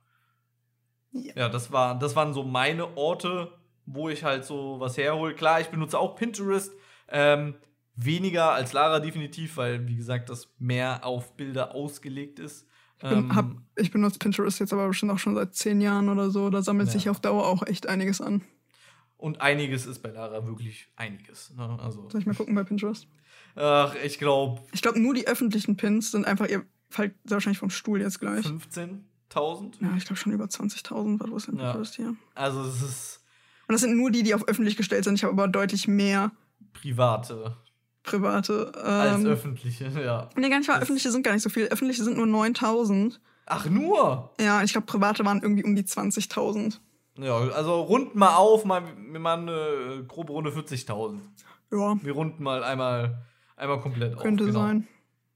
Ja. Ja, das, war, das waren so meine Orte, wo ich halt so was herhole. Klar, ich benutze auch Pinterest. Ähm, weniger als Lara definitiv, weil, wie gesagt, das mehr auf Bilder ausgelegt ist. Ich, bin, hab, ich benutze Pinterest jetzt aber bestimmt auch schon seit zehn Jahren oder so. Da sammelt Ja. sich auf Dauer auch echt einiges an. Und einiges ist bei Lara wirklich einiges. Ne? Also, Soll ich mal gucken bei Pinterest? ach, ich glaube Ich glaube, nur die öffentlichen Pins sind einfach, ihr fallt sehr wahrscheinlich vom Stuhl jetzt gleich. fünfzehntausend. Ja, ich glaube schon über zwanzigtausend. Was ist denn Ja. Pinterest hier? Also, es ist Und das sind nur die, die auf öffentlich gestellt sind. Ich habe aber deutlich mehr private private. als Ähm, öffentliche, ja. nee, gar nicht mal. Das- Öffentliche sind gar nicht so viel. Öffentliche sind nur neuntausend. Ach, nur? Ja, ich glaube, private waren irgendwie um die zwanzigtausend. Ja, also runden mal auf, mal, wir machen eine grobe Runde vierzigtausend. Ja, Wir runden mal einmal, einmal komplett auf. könnte genau. sein.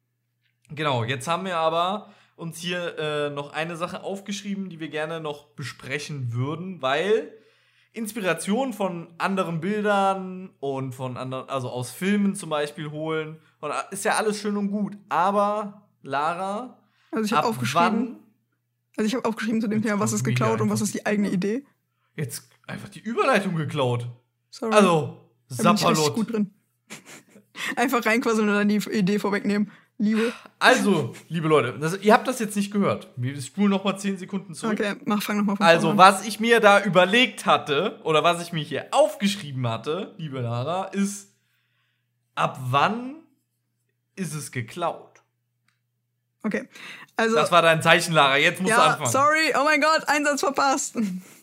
Genau, jetzt haben wir aber uns hier äh, noch eine Sache aufgeschrieben, die wir gerne noch besprechen würden, weil Inspiration von anderen Bildern und von anderen, also aus Filmen zum Beispiel holen, und ist ja alles schön und gut. Aber Lara, Also ich habe ab aufgeschrieben, wann also ich habe aufgeschrieben zu dem Jetzt Thema, was kommt ist mega geklaut und was einfach ist die eigene Idee. jetzt einfach die Überleitung geklaut? Sorry. Also, da bin ich richtig Sapperlot. gut drin. Einfach reinquasseln und dann die Idee vorwegnehmen. Liebe. Also, liebe Leute, das, ihr habt das jetzt nicht gehört. Wir spulen noch mal zehn Sekunden zurück. Okay, mach, fang nochmal von Also, vorne an. was ich mir da überlegt hatte, oder was ich mir hier aufgeschrieben hatte, liebe Lara, ist, ab wann ist es geklaut? Okay, also. Das war dein Zeichen, Lara. Jetzt musst du ja, anfangen. sorry, oh mein Gott, Einsatz verpasst.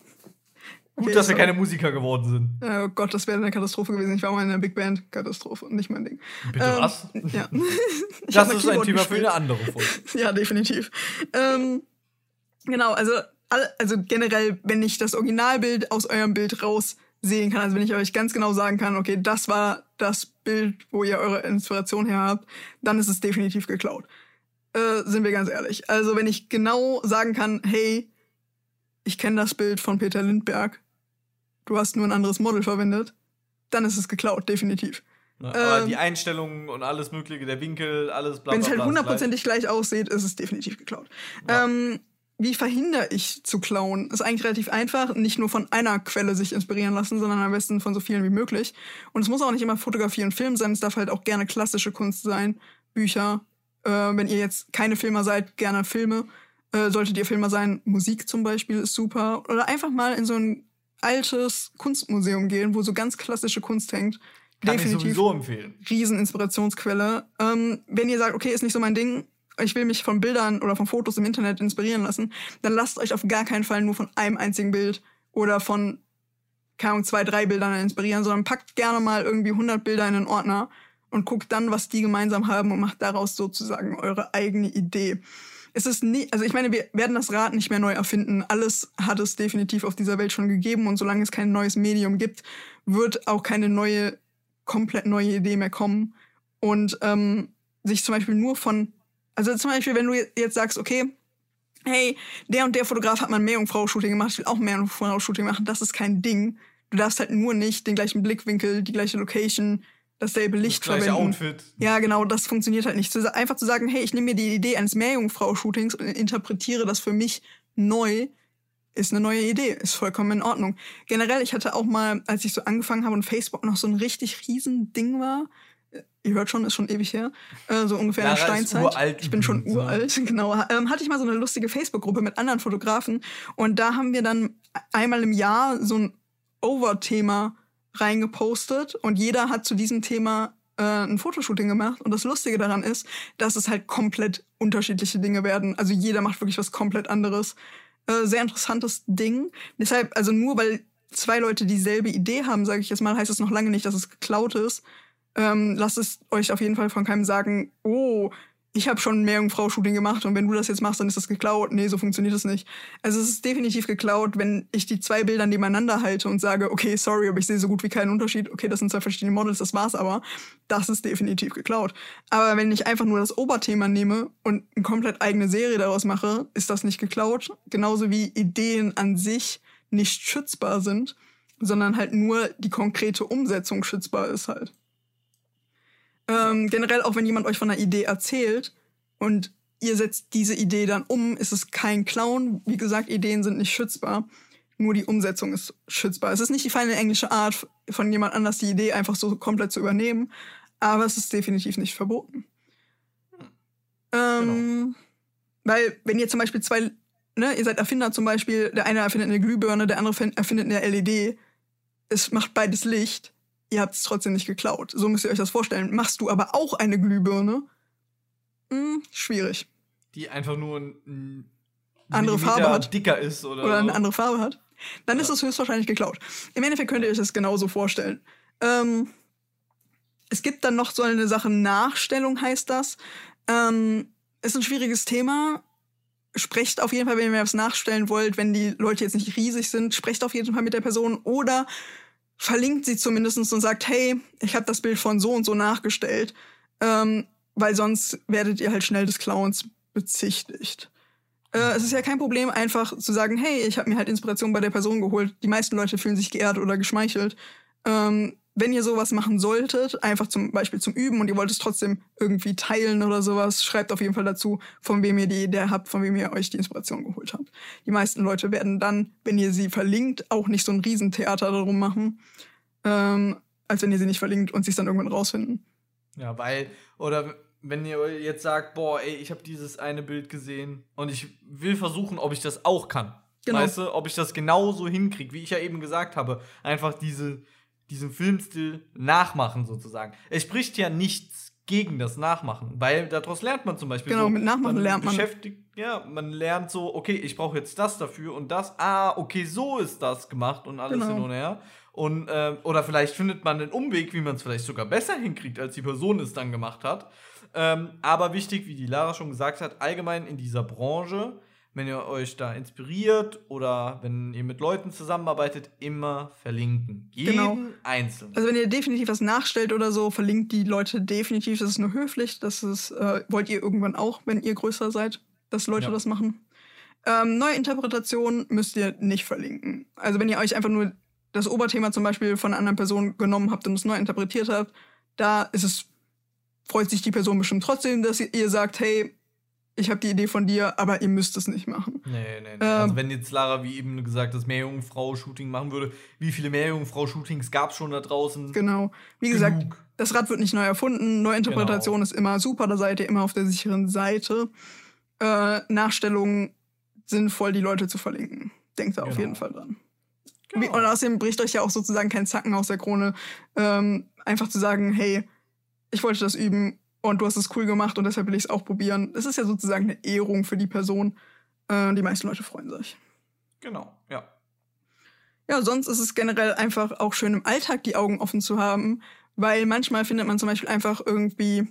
Gut, Okay, dass wir sorry. keine Musiker geworden sind. Oh Gott, das wäre eine Katastrophe gewesen. Ich war mal in einer Big Band. Katastrophe, nicht mein Ding. Bitte Ähm, was? Ja. Ich Das hab ist ein Keyboard Thema für gespielt. eine andere Folge. Ja, definitiv. Ähm, genau, also, all- also generell, wenn ich das Originalbild aus eurem Bild raussehen kann, also wenn ich euch ganz genau sagen kann, okay, das war das Bild, wo ihr eure Inspiration her habt, dann ist es definitiv geklaut. Äh, sind wir ganz ehrlich. Also wenn ich genau sagen kann, hey, ich kenne das Bild von Peter Lindbergh, du hast nur ein anderes Model verwendet, dann ist es geklaut, definitiv. Ne, aber Ähm, die Einstellungen und alles Mögliche, der Winkel, alles bla bla Wenn es halt bla, ist hundertprozentig gleich aussieht, ist es definitiv geklaut. Ja. Ähm, wie verhindere ich zu klauen? Ist eigentlich relativ einfach. Nicht nur von einer Quelle sich inspirieren lassen, sondern am besten von so vielen wie möglich. Und es muss auch nicht immer Fotografie und Film sein. Es darf halt auch gerne klassische Kunst sein. Bücher. Äh, wenn ihr jetzt keine Filmer seid, gerne Filme. Äh, solltet ihr Filmer sein, Musik zum Beispiel ist super. Oder einfach mal in so ein altes Kunstmuseum gehen, wo so ganz klassische Kunst hängt. Kann ich sowieso empfehlen. Riesen-Inspirationsquelle. Ähm, wenn ihr sagt, okay, ist nicht so mein Ding, ich will mich von Bildern oder von Fotos im Internet inspirieren lassen, dann lasst euch auf gar keinen Fall nur von einem einzigen Bild oder von, keine Ahnung, zwei, drei Bildern inspirieren, sondern packt gerne mal irgendwie hundert Bilder in einen Ordner und guckt dann, was die gemeinsam haben und macht daraus sozusagen eure eigene Idee. Es ist nie, also ich meine, wir werden das Rad nicht mehr neu erfinden. Alles hat es definitiv auf dieser Welt schon gegeben und solange es kein neues Medium gibt, wird auch keine neue komplett neue Idee mehr kommen und ähm, sich zum Beispiel nur von, also zum Beispiel, wenn du jetzt sagst, okay, hey, der und der Fotograf hat mal ein Meerjungfrau-Shooting gemacht, ich will auch ein Meerjungfrau-Shooting machen, das ist kein Ding. Du darfst halt nur nicht den gleichen Blickwinkel, die gleiche Location, dasselbe Licht das gleiche verwenden. Outfit. Ja, genau, das funktioniert halt nicht. Zu, einfach zu sagen, hey, ich nehme mir die Idee eines Meerjungfrau-Shootings und interpretiere das für mich neu, ist eine neue Idee, ist vollkommen in Ordnung. Generell, ich hatte auch mal, als ich so angefangen habe und Facebook noch so ein richtig riesen Ding war, ihr hört schon, ist schon ewig her, äh, so ungefähr in der Lara ist Steinzeit. uralt Ich bin schon übrigens, ne? uralt, genau. Ähm, hatte ich mal so eine lustige Facebook-Gruppe mit anderen Fotografen und da haben wir dann einmal im Jahr so ein Over-Thema reingepostet und jeder hat zu diesem Thema äh, ein Fotoshooting gemacht. Und das Lustige daran ist, dass es halt komplett unterschiedliche Dinge werden. Also jeder macht wirklich was komplett anderes. Äh, sehr interessantes Ding. Deshalb, also nur weil zwei Leute dieselbe Idee haben, sage ich jetzt mal, heißt es noch lange nicht, dass es geklaut ist. Ähm, lasst es euch auf jeden Fall von keinem sagen, oh, ich habe schon ein Meerjungfrau-Shooting gemacht und wenn du das jetzt machst, dann ist das geklaut. Nee, so funktioniert das nicht. Also es ist definitiv geklaut, wenn ich die zwei Bilder nebeneinander halte und sage, okay, sorry, aber ich sehe so gut wie keinen Unterschied. Okay, das sind zwei verschiedene Models, das war's aber. Das ist definitiv geklaut. Aber wenn ich einfach nur das Oberthema nehme und eine komplett eigene Serie daraus mache, ist das nicht geklaut. Genauso wie Ideen an sich nicht schützbar sind, sondern halt nur die konkrete Umsetzung schützbar ist halt. Ähm, generell auch wenn jemand euch von einer Idee erzählt und ihr setzt diese Idee dann um, ist es kein Clown. Wie gesagt, Ideen sind nicht schützbar. Nur die Umsetzung ist schützbar. Es ist nicht die feine englische Art von jemand anders, die Idee einfach so komplett zu übernehmen. Aber es ist definitiv nicht verboten. Hm. Ähm, genau. Weil wenn ihr zum Beispiel zwei, ne, ihr seid Erfinder zum Beispiel, der eine erfindet eine Glühbirne, der andere erfindet eine L E D. Es macht beides Licht. Ihr habt es trotzdem nicht geklaut. So müsst ihr euch das vorstellen. Machst du aber auch eine Glühbirne? Hm, schwierig. Die einfach nur ein andere Farbe hat. dicker ist oder, oder so. eine andere Farbe hat. Dann ja. ist es höchstwahrscheinlich geklaut. Im Endeffekt könnt ihr euch das genauso vorstellen. Ähm, es gibt dann noch so eine Sache, Nachstellung heißt das. Ähm, ist ein schwieriges Thema. Sprecht auf jeden Fall, wenn ihr was nachstellen wollt, wenn die Leute jetzt nicht riesig sind, sprecht auf jeden Fall mit der Person oder verlinkt sie zumindest und sagt, hey, ich habe das Bild von so und so nachgestellt, ähm, weil sonst werdet ihr halt schnell des Clowns bezichtigt. Äh, es ist ja kein Problem, einfach zu sagen, hey, ich habe mir halt Inspiration bei der Person geholt. Die meisten Leute fühlen sich geehrt oder geschmeichelt. Ähm, wenn ihr sowas machen solltet, einfach zum Beispiel zum Üben und ihr wollt es trotzdem irgendwie teilen oder sowas, schreibt auf jeden Fall dazu, von wem ihr die Idee habt, von wem ihr euch die Inspiration geholt habt. Die meisten Leute werden dann, wenn ihr sie verlinkt, auch nicht so ein Riesentheater darum machen, ähm, als wenn ihr sie nicht verlinkt und sie es dann irgendwann rausfinden. Ja, weil, oder wenn ihr jetzt sagt, boah, ey, ich habe dieses eine Bild gesehen und ich will versuchen, ob ich das auch kann. Genau. Weißt du, ob ich das genauso hinkriege, wie ich ja eben gesagt habe. Einfach diese diesen Filmstil nachmachen sozusagen. Es spricht ja nichts gegen das Nachmachen, weil daraus lernt man zum Beispiel genau, so. Mit Nachmachen man lernt man. Beschäftigt, ja, man lernt so, okay, ich brauche jetzt das dafür und das. Ah, okay, so ist das gemacht und alles genau. hin und her. Und, äh, oder vielleicht findet man einen Umweg, wie man es vielleicht sogar besser hinkriegt, als die Person es dann gemacht hat. Ähm, aber wichtig, wie die Lara schon gesagt hat, allgemein in dieser Branche, wenn ihr euch da inspiriert oder wenn ihr mit Leuten zusammenarbeitet, immer verlinken. Jeden genau. einzeln. Also wenn ihr definitiv was nachstellt oder so, verlinkt die Leute definitiv. Das ist nur höflich. Das ist, äh, wollt ihr irgendwann auch, wenn ihr größer seid, dass Leute ja. das machen. Ähm, neue Interpretationen müsst ihr nicht verlinken. Also wenn ihr euch einfach nur das Oberthema zum Beispiel von einer anderen Person genommen habt und es neu interpretiert habt, da ist es, freut sich die Person bestimmt trotzdem, dass ihr, ihr sagt, hey, ich habe die Idee von dir, aber ihr müsst es nicht machen. Nee, nee, nee. Ähm, also wenn jetzt Lara, wie eben gesagt, das Meerjungfrau-Shooting machen würde, wie viele Meerjungfrau-Shootings gab es schon da draußen? Genau. Wie Genug. gesagt, das Rad wird nicht neu erfunden. Neuinterpretation genau. ist immer super, da seid ihr immer auf der sicheren Seite. Äh, Nachstellungen sinnvoll, die Leute zu verlinken. Denkt da genau. auf jeden Fall dran. Genau. Und außerdem bricht euch ja auch sozusagen kein Zacken aus der Krone. Ähm, einfach zu sagen, hey, ich wollte das üben, und du hast es cool gemacht und deshalb will ich es auch probieren. Das ist ja sozusagen eine Ehrung für die Person. Äh, die meisten Leute freuen sich. Genau, ja. Ja, sonst ist es generell einfach auch schön, im Alltag die Augen offen zu haben, weil manchmal findet man zum Beispiel einfach irgendwie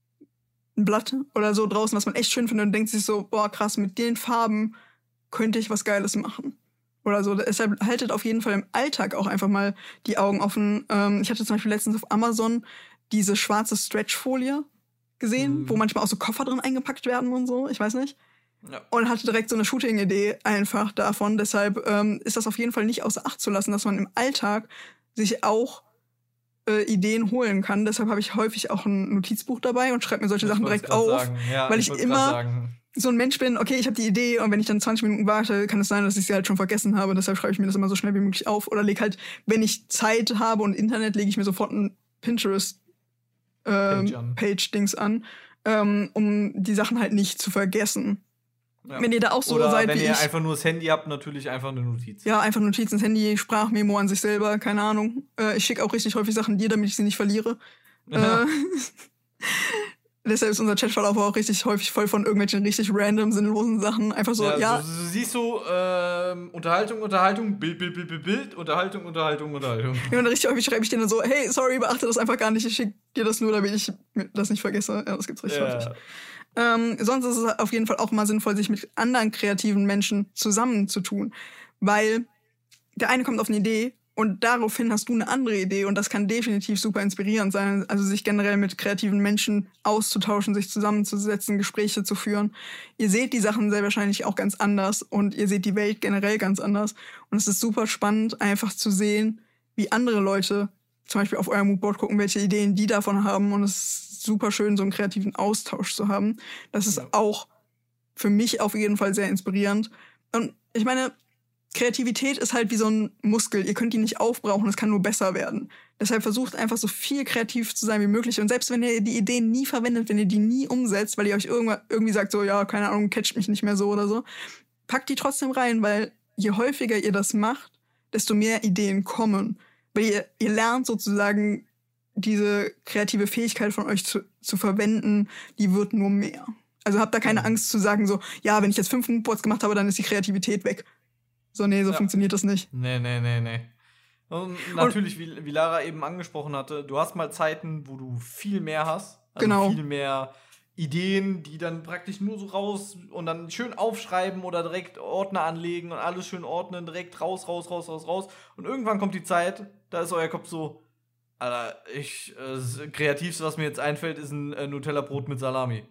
ein Blatt oder so draußen, was man echt schön findet und denkt sich so, boah, krass, mit den Farben könnte ich was Geiles machen. oder so. Deshalb haltet auf jeden Fall im Alltag auch einfach mal die Augen offen. Ähm, ich hatte zum Beispiel letztens auf Amazon diese schwarze Stretchfolie gesehen, mhm. wo manchmal auch so Koffer drin eingepackt werden und so, ich weiß nicht. Ja. Und hatte direkt so eine Shooting-Idee einfach davon. Deshalb ähm, ist das auf jeden Fall nicht außer Acht zu lassen, dass man im Alltag sich auch äh, Ideen holen kann. Deshalb habe ich häufig auch ein Notizbuch dabei und schreibe mir solche ich Sachen direkt auf, ja, weil ich, ich immer so ein Mensch bin, okay, ich habe die Idee und wenn ich dann zwanzig Minuten warte, kann es sein, dass ich sie halt schon vergessen habe. Deshalb schreibe ich mir das immer so schnell wie möglich auf. Oder lege halt, wenn ich Zeit habe und Internet, lege ich mir sofort ein Pinterest ähm, Page-Dings an, ähm, um die Sachen halt nicht zu vergessen. Ja. Wenn ihr da auch so Oder seid wenn wie ihr ich, einfach nur das Handy habt, natürlich einfach eine Notiz. Ja, einfach Notizen, das Handy, Sprachmemo an sich selber, keine Ahnung. Äh, ich schicke auch richtig häufig Sachen dir, damit ich sie nicht verliere. Ja. Äh, deshalb ist unser Chatverlauf auch richtig häufig voll von irgendwelchen richtig random, sinnlosen Sachen. Einfach so, ja. ja. So, so, siehst du, ähm, Unterhaltung, Unterhaltung, Bild, Bild, Bild, Bild, Bild, Unterhaltung, Unterhaltung, Unterhaltung. Ja, und richtig häufig schreibe ich dir dann so, hey, sorry, beachte das einfach gar nicht, ich schicke dir das nur, damit ich das nicht vergesse. Ja, das gibt's richtig ja. häufig. Ähm, sonst ist es auf jeden Fall auch mal sinnvoll, sich mit anderen kreativen Menschen zusammenzutun. Weil der eine kommt auf eine Idee und daraufhin hast du eine andere Idee und das kann definitiv super inspirierend sein. Also sich generell mit kreativen Menschen auszutauschen, sich zusammenzusetzen, Gespräche zu führen. Ihr seht die Sachen sehr wahrscheinlich auch ganz anders und ihr seht die Welt generell ganz anders. Und es ist super spannend, einfach zu sehen, wie andere Leute zum Beispiel auf euer Moodboard gucken, welche Ideen die davon haben. Und es ist super schön, so einen kreativen Austausch zu haben. Das ist ja. auch für mich auf jeden Fall sehr inspirierend. Und ich meine, Kreativität ist halt wie so ein Muskel. Ihr könnt die nicht aufbrauchen, es kann nur besser werden. Deshalb versucht einfach so viel kreativ zu sein wie möglich. Und selbst wenn ihr die Ideen nie verwendet, wenn ihr die nie umsetzt, weil ihr euch irgendwie sagt, so, ja, keine Ahnung, catcht mich nicht mehr so oder so, packt die trotzdem rein, weil je häufiger ihr das macht, desto mehr Ideen kommen. Weil ihr, ihr lernt sozusagen, diese kreative Fähigkeit von euch zu, zu verwenden, die wird nur mehr. Also habt da keine Angst zu sagen so, ja, wenn ich jetzt fünf Moodboards gemacht habe, dann ist die Kreativität weg. So, nee, so ja. funktioniert das nicht. Nee, nee, nee, nee. Und natürlich, Und, wie, wie Lara eben angesprochen hatte, du hast mal Zeiten, wo du viel mehr hast. Also genau. viel mehr Ideen, die dann praktisch nur so raus und dann schön aufschreiben oder direkt Ordner anlegen und alles schön ordnen, direkt raus, raus, raus, raus, raus. Und irgendwann kommt die Zeit, da ist euer Kopf so, Alter, ich, äh, das Kreativste, was mir jetzt einfällt, ist ein äh, Nutella-Brot mit Salami.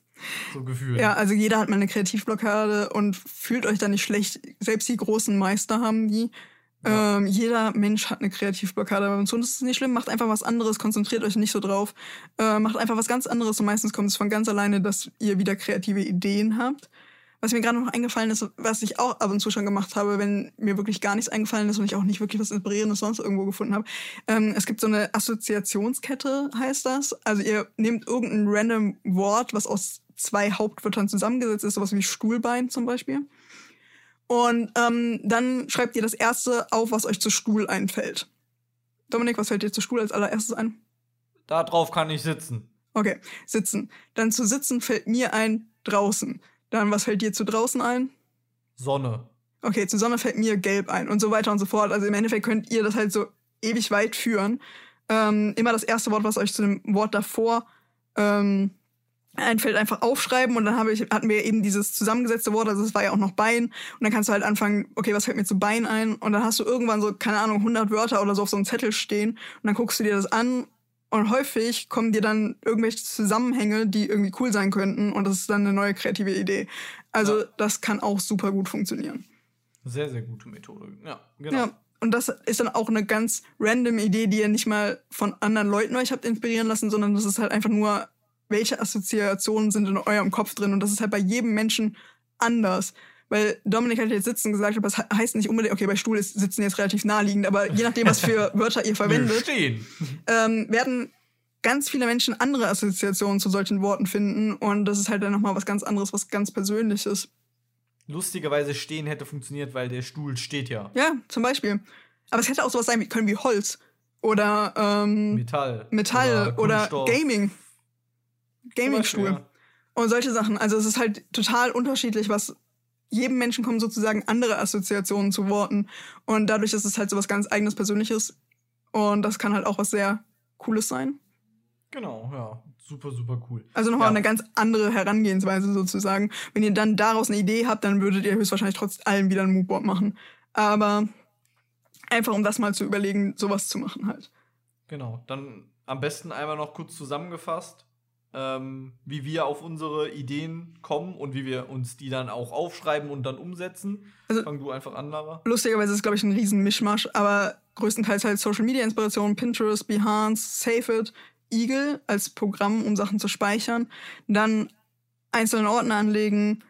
So gefühlt. Ja, also jeder hat mal eine Kreativblockade und fühlt euch da nicht schlecht. Selbst die großen Meister haben die. Ja. Ähm, jeder Mensch hat eine Kreativblockade. Und so ist es nicht schlimm. Macht einfach was anderes, konzentriert euch nicht so drauf. Äh, macht einfach was ganz anderes und meistens kommt es von ganz alleine, dass ihr wieder kreative Ideen habt. Was mir gerade noch eingefallen ist, was ich auch ab und zu schon gemacht habe, wenn mir wirklich gar nichts eingefallen ist und ich auch nicht wirklich was Inspirierendes sonst irgendwo gefunden habe. Ähm, es gibt so eine Assoziationskette, heißt das. Also ihr nehmt irgendein random Wort, was aus zwei Hauptwörtern zusammengesetzt ist, sowas wie Stuhlbein zum Beispiel. Und ähm, dann schreibt ihr das erste auf, was euch zu Stuhl einfällt. Dominik, was fällt dir zu Stuhl als allererstes ein? Da drauf kann ich sitzen. Okay, sitzen. Dann zu sitzen fällt mir ein draußen. Dann, was fällt dir zu draußen ein? Sonne. Okay, zu Sonne fällt mir gelb ein und so weiter und so fort. Also im Endeffekt könnt ihr das halt so ewig weit führen. Ähm, immer das erste Wort, was euch zu dem Wort davor ähm, einfällt, einfach aufschreiben. Und dann habe ich, hatten wir eben dieses zusammengesetzte Wort, also es war ja auch noch Bein. Und dann kannst du halt anfangen, okay, was fällt mir zu Bein ein? Und dann hast du irgendwann so, keine Ahnung, hundert Wörter oder so auf so einem Zettel stehen. Und dann guckst du dir das an. Und häufig kommen dir dann irgendwelche Zusammenhänge, die irgendwie cool sein könnten. Und das ist dann eine neue kreative Idee. Also ja. Das kann auch super gut funktionieren. Sehr, sehr gute Methode. Ja, genau. Ja, und das ist dann auch eine ganz random Idee, die ihr nicht mal von anderen Leuten euch habt inspirieren lassen, sondern das ist halt einfach nur, welche Assoziationen sind in eurem Kopf drin. Und das ist halt bei jedem Menschen anders. Weil Dominik hat jetzt Sitzen gesagt, aber das heißt nicht unbedingt, okay, bei Stuhl ist Sitzen jetzt relativ naheliegend, aber je nachdem, was für Wörter ihr verwendet, ähm, werden ganz viele Menschen andere Assoziationen zu solchen Worten finden und das ist halt dann nochmal was ganz anderes, was ganz Persönliches. Lustigerweise stehen hätte funktioniert, weil der Stuhl steht ja. Ja, zum Beispiel. Aber es hätte auch sowas sein können wie Holz oder ähm, Metall, Metall oder, oder Gaming. Gaming-Stuhl. Ja. Und solche Sachen. Also es ist halt total unterschiedlich, was jedem Menschen kommen sozusagen andere Assoziationen zu Worten. Und dadurch ist es halt so was ganz eigenes, Persönliches. Und das kann halt auch was sehr Cooles sein. Genau, ja. Super, super cool. Also nochmal ja. eine ganz andere Herangehensweise sozusagen. Wenn ihr dann daraus eine Idee habt, dann würdet ihr höchstwahrscheinlich trotz allem wieder ein Moodboard machen. Aber einfach, um das mal zu überlegen, sowas zu machen halt. Genau, dann am besten einmal noch kurz zusammengefasst, ähm, wie wir auf unsere Ideen kommen und wie wir uns die dann auch aufschreiben und dann umsetzen. Also, fang du einfach an, Lara. Lustigerweise ist es, glaube ich, ein riesen Mischmasch, aber größtenteils halt Social-Media-Inspiration, Pinterest, Behance, Safeit, Eagle als Programm, um Sachen zu speichern. Dann einzelne Ordner anlegen,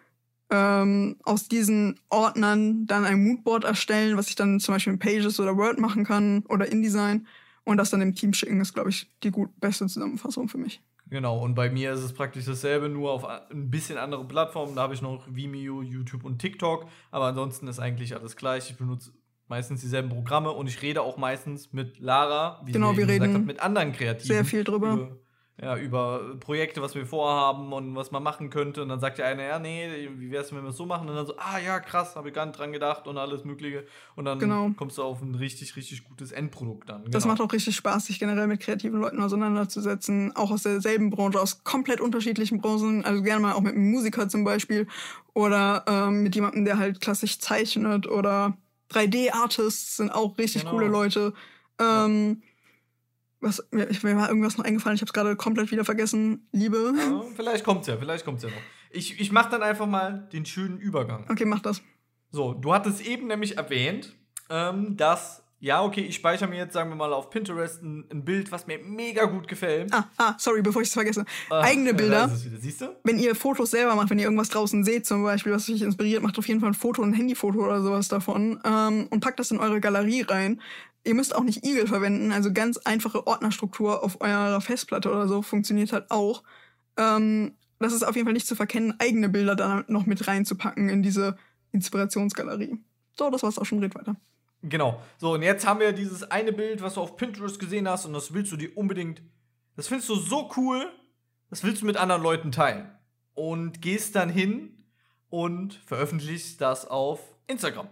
ähm, aus diesen Ordnern dann ein Moodboard erstellen, was ich dann zum Beispiel in Pages oder Word machen kann oder InDesign und das dann dem Team schicken, ist, glaube ich, die gut beste Zusammenfassung für mich. Genau, und bei mir ist es praktisch dasselbe, nur auf ein bisschen andere Plattformen. Da habe ich noch Vimeo, YouTube und TikTok, aber ansonsten ist eigentlich alles gleich. Ich benutze meistens dieselben Programme und ich rede auch meistens mit Lara, wie genau, sie wir gesagt reden hat, mit anderen Kreativen. Sehr viel drüber. Über, ja, über Projekte, was wir vorhaben und was man machen könnte. Und dann sagt der eine, ja, nee, wie wär's, wenn wir es so machen? Und dann so, ah ja, krass, habe ich gar nicht dran gedacht und alles Mögliche. Und dann genau. kommst du auf ein richtig, richtig gutes Endprodukt dann. Genau. Das macht auch richtig Spaß, sich generell mit kreativen Leuten auseinanderzusetzen. Auch aus derselben Branche, aus komplett unterschiedlichen Branchen. Also gerne mal auch mit einem Musiker zum Beispiel. Oder ähm, mit jemandem, der halt klassisch zeichnet. Oder drei D-Artists sind auch richtig genau. coole Leute. Ähm, ja. Was, mir, mir war irgendwas noch eingefallen, ich habe es gerade komplett wieder vergessen. Liebe. Ja, vielleicht kommt's ja, vielleicht kommt's ja noch. Ich, ich mach dann einfach mal den schönen Übergang. Okay, mach das. So, du hattest eben nämlich erwähnt, ähm, dass, ja, okay, ich speichere mir jetzt, sagen wir mal, auf Pinterest ein, ein Bild, was mir mega gut gefällt. Ah, ah, sorry, bevor ich es vergesse. Ah, eigene Bilder. Da ist es wieder. Siehst du? Wenn ihr Fotos selber macht, wenn ihr irgendwas draußen seht, zum Beispiel, was euch inspiriert, macht auf jeden Fall ein Foto, ein Handyfoto oder sowas davon ähm, und packt das in eure Galerie rein. Ihr müsst auch nicht Eagle verwenden, also ganz einfache Ordnerstruktur auf eurer Festplatte oder so funktioniert halt auch. Ähm, das ist auf jeden Fall nicht zu verkennen, eigene Bilder da noch mit reinzupacken in diese Inspirationsgalerie. So, das war's auch schon, red weiter. Genau. So, und jetzt haben wir dieses eine Bild, was du auf Pinterest gesehen hast und das willst du dir unbedingt, das findest du so cool, das willst du mit anderen Leuten teilen. Und gehst dann hin und veröffentlichst das auf Instagram.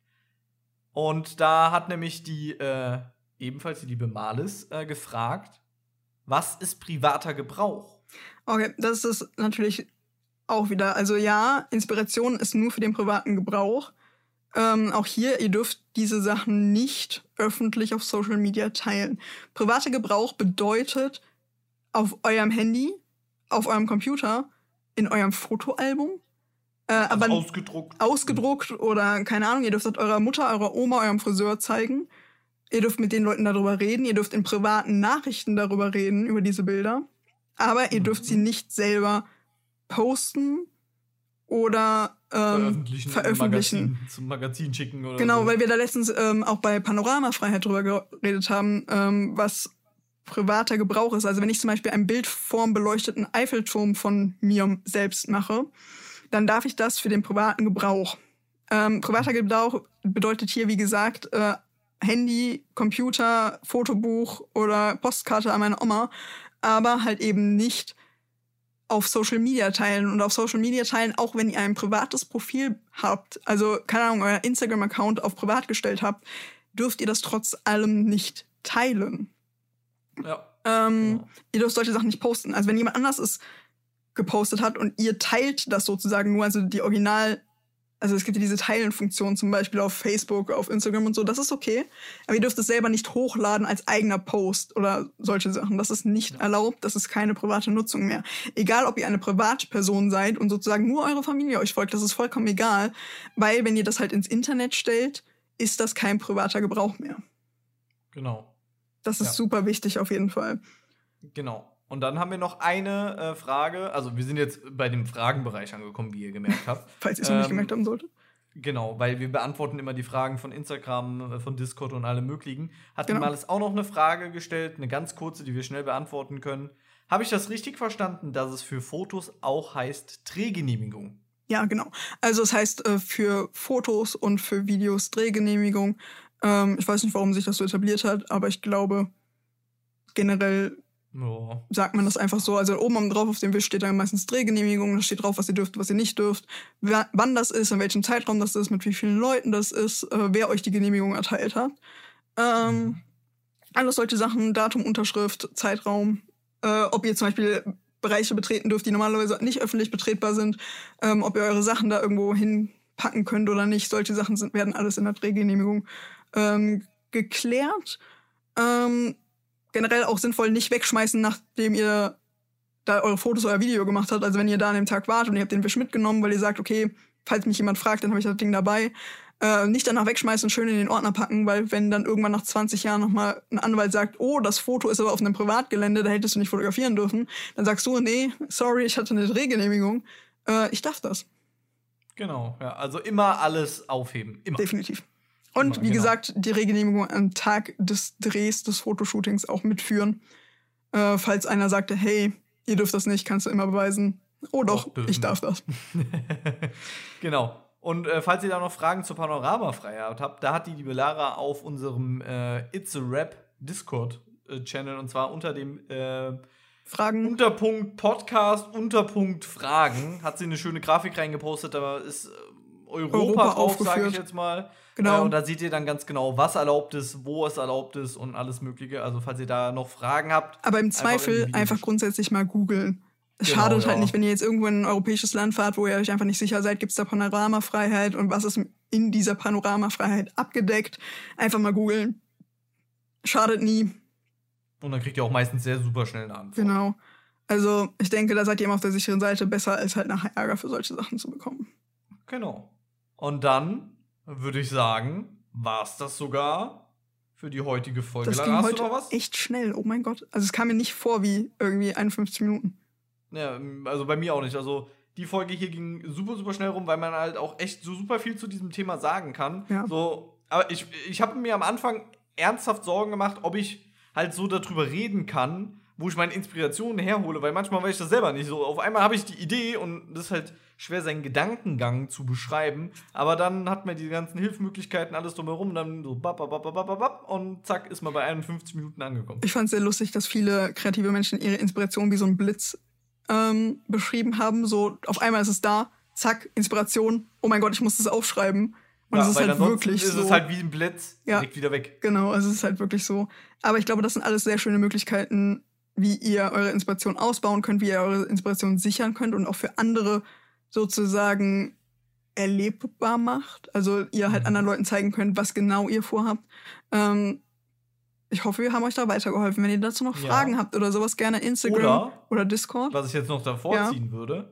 Und da hat nämlich die, äh, ebenfalls die liebe Malis äh, gefragt, was ist privater Gebrauch? Okay, das ist natürlich auch wieder, also ja, Inspiration ist nur für den privaten Gebrauch. Ähm, auch hier, ihr dürft diese Sachen nicht öffentlich auf Social Media teilen. Privater Gebrauch bedeutet auf eurem Handy, auf eurem Computer, in eurem Fotoalbum, Äh, also aber ausgedruckt. Ausgedruckt oder, keine Ahnung, ihr dürft das eurer Mutter, eurer Oma, eurem Friseur zeigen. Ihr dürft mit den Leuten darüber reden. Ihr dürft in privaten Nachrichten darüber reden, über diese Bilder. Aber ihr dürft mhm. sie nicht selber posten oder ähm, veröffentlichen. veröffentlichen. Magazin, zum Magazin schicken oder Genau, so. weil wir da letztens ähm, auch bei Panoramafreiheit drüber geredet haben, ähm, was privater Gebrauch ist. Also wenn ich zum Beispiel ein Bild vorm beleuchteten Eiffelturm von mir selbst mache, dann darf ich das für den privaten Gebrauch. Ähm, privater Gebrauch bedeutet hier, wie gesagt, äh, Handy, Computer, Fotobuch oder Postkarte an meine Oma, aber halt eben nicht auf Social Media teilen. Und auf Social Media teilen, auch wenn ihr ein privates Profil habt, also, keine Ahnung, euer Instagram-Account auf privat gestellt habt, dürft ihr das trotz allem nicht teilen. Ja. Ähm, ja. Ihr dürft solche Sachen nicht posten. Also wenn jemand anders es gepostet hat und ihr teilt das sozusagen nur, also die Original, also es gibt ja diese Teilen-Funktion zum Beispiel auf Facebook, auf Instagram und so, das ist okay, aber ihr dürft es selber nicht hochladen als eigener Post oder solche Sachen. Das ist nicht ja. erlaubt, das ist keine private Nutzung mehr. Egal, ob ihr eine Privatperson seid und sozusagen nur eure Familie euch folgt, das ist vollkommen egal, weil wenn ihr das halt ins Internet stellt, ist das kein privater Gebrauch mehr. Genau. Das ist ja. super wichtig auf jeden Fall. Genau. Und dann haben wir noch eine äh, Frage. Also wir sind jetzt bei dem Fragenbereich angekommen, wie ihr gemerkt habt. Falls ihr es noch ähm, nicht gemerkt haben solltet. Genau, weil wir beantworten immer die Fragen von Instagram, von Discord und allem möglichen. Hat genau. mir Malis auch noch eine Frage gestellt, eine ganz kurze, die wir schnell beantworten können. Habe ich das richtig verstanden, dass es für Fotos auch heißt Drehgenehmigung? Ja, genau. Also es heißt äh, für Fotos und für Videos Drehgenehmigung. Ähm, ich weiß nicht, warum sich das so etabliert hat, aber ich glaube, generell oh. sagt man das einfach so. Also oben drauf auf dem Wisch steht dann meistens Drehgenehmigung. Da steht drauf, was ihr dürft, was ihr nicht dürft, wer, wann das ist, in welchem Zeitraum das ist, mit wie vielen Leuten das ist, äh, wer euch die Genehmigung erteilt hat. Ähm, mhm. Alles solche Sachen, Datum, Unterschrift, Zeitraum, äh, ob ihr zum Beispiel Bereiche betreten dürft, die normalerweise nicht öffentlich betretbar sind, ähm, ob ihr eure Sachen da irgendwo hin packen könnt oder nicht. Solche Sachen sind, werden alles in der Drehgenehmigung ähm, geklärt. Ähm, generell auch sinnvoll nicht wegschmeißen, nachdem ihr da eure Fotos, euer Video gemacht habt. Also wenn ihr da an dem Tag wart und ihr habt den Wisch mitgenommen, weil ihr sagt, okay, falls mich jemand fragt, dann habe ich das Ding dabei. Äh, nicht danach wegschmeißen und schön in den Ordner packen, weil wenn dann irgendwann nach zwanzig Jahren nochmal ein Anwalt sagt, oh, das Foto ist aber auf einem Privatgelände, da hättest du nicht fotografieren dürfen, dann sagst du, nee, sorry, ich hatte eine Drehgenehmigung, äh, ich darf das. Genau, ja, also immer alles aufheben, immer. Definitiv. Und Immer, wie genau. gesagt, die Drehgenehmigung am Tag des Drehs, des Fotoshootings auch mitführen. Äh, falls einer sagte, hey, ihr dürft das nicht, kannst du immer beweisen. Oh doch, Doch, ich darf das. Genau. Und äh, falls ihr da noch Fragen zur Panoramafreiheit habt, da hat die liebe Lara auf unserem äh, It's a Rap Discord-Channel, und zwar unter dem äh, Fragen. Unterpunkt Podcast, Unterpunkt Fragen, hat sie eine schöne Grafik reingepostet, da ist äh, Europa, Europa drauf, sage ich aufgeführt. jetzt mal. Genau. Äh, und da seht ihr dann ganz genau, was erlaubt ist, wo es erlaubt ist und alles Mögliche. Also falls ihr da noch Fragen habt. Aber im einfach in Zweifel die einfach, Videos- grundsätzlich mal googeln. Es Genau, schadet ja. halt nicht, wenn ihr jetzt irgendwo in ein europäisches Land fahrt, wo ihr euch einfach nicht sicher seid, gibt es da Panoramafreiheit und was ist in dieser Panoramafreiheit abgedeckt. Einfach mal googeln. Schadet nie. Und dann kriegt ihr auch meistens sehr super schnell eine Antwort. Genau. Also ich denke, da seid ihr immer auf der sicheren Seite, besser als halt nachher Ärger für solche Sachen zu bekommen. Genau. Und dann würde ich sagen, war's das sogar für die heutige Folge. Das Lara, ging hast heute du noch was? echt schnell, oh mein Gott. Also es kam mir nicht vor wie irgendwie einundfünfzig Minuten. Ja, also bei mir auch nicht. Also die Folge hier ging super, super schnell rum, weil man halt auch echt so super viel zu diesem Thema sagen kann. Ja. So, aber ich, ich habe mir am Anfang ernsthaft Sorgen gemacht, ob ich halt so darüber reden kann, wo ich meine Inspirationen herhole, weil manchmal weiß ich das selber nicht. So, auf einmal habe ich die Idee und das ist halt schwer, seinen Gedankengang zu beschreiben. Aber dann hat man die ganzen Hilfsmöglichkeiten, alles drumherum, dann so bap, bap, bap, bap, bap, bap, und zack, ist man bei einundfünfzig Minuten angekommen. Ich fand es sehr lustig, dass viele kreative Menschen ihre Inspiration wie so ein Blitz ähm, beschrieben haben. So, auf einmal ist es da, zack, Inspiration, oh mein Gott, ich muss das aufschreiben. Und Ja, es ist weil halt ansonsten wirklich ist so. es halt wie ein Blitz, Ja. direkt wieder weg. Genau, also es ist halt wirklich so. Aber ich glaube, das sind alles sehr schöne Möglichkeiten, wie ihr eure Inspiration ausbauen könnt, wie ihr eure Inspiration sichern könnt und auch für andere sozusagen erlebbar macht. Also ihr halt Mhm. anderen Leuten zeigen könnt, was genau ihr vorhabt. Ähm, ich hoffe, wir haben euch da weitergeholfen. Wenn ihr dazu noch Ja. Fragen habt oder sowas, gerne Instagram Oder, oder Discord. was ich jetzt noch davor Ja. ziehen würde,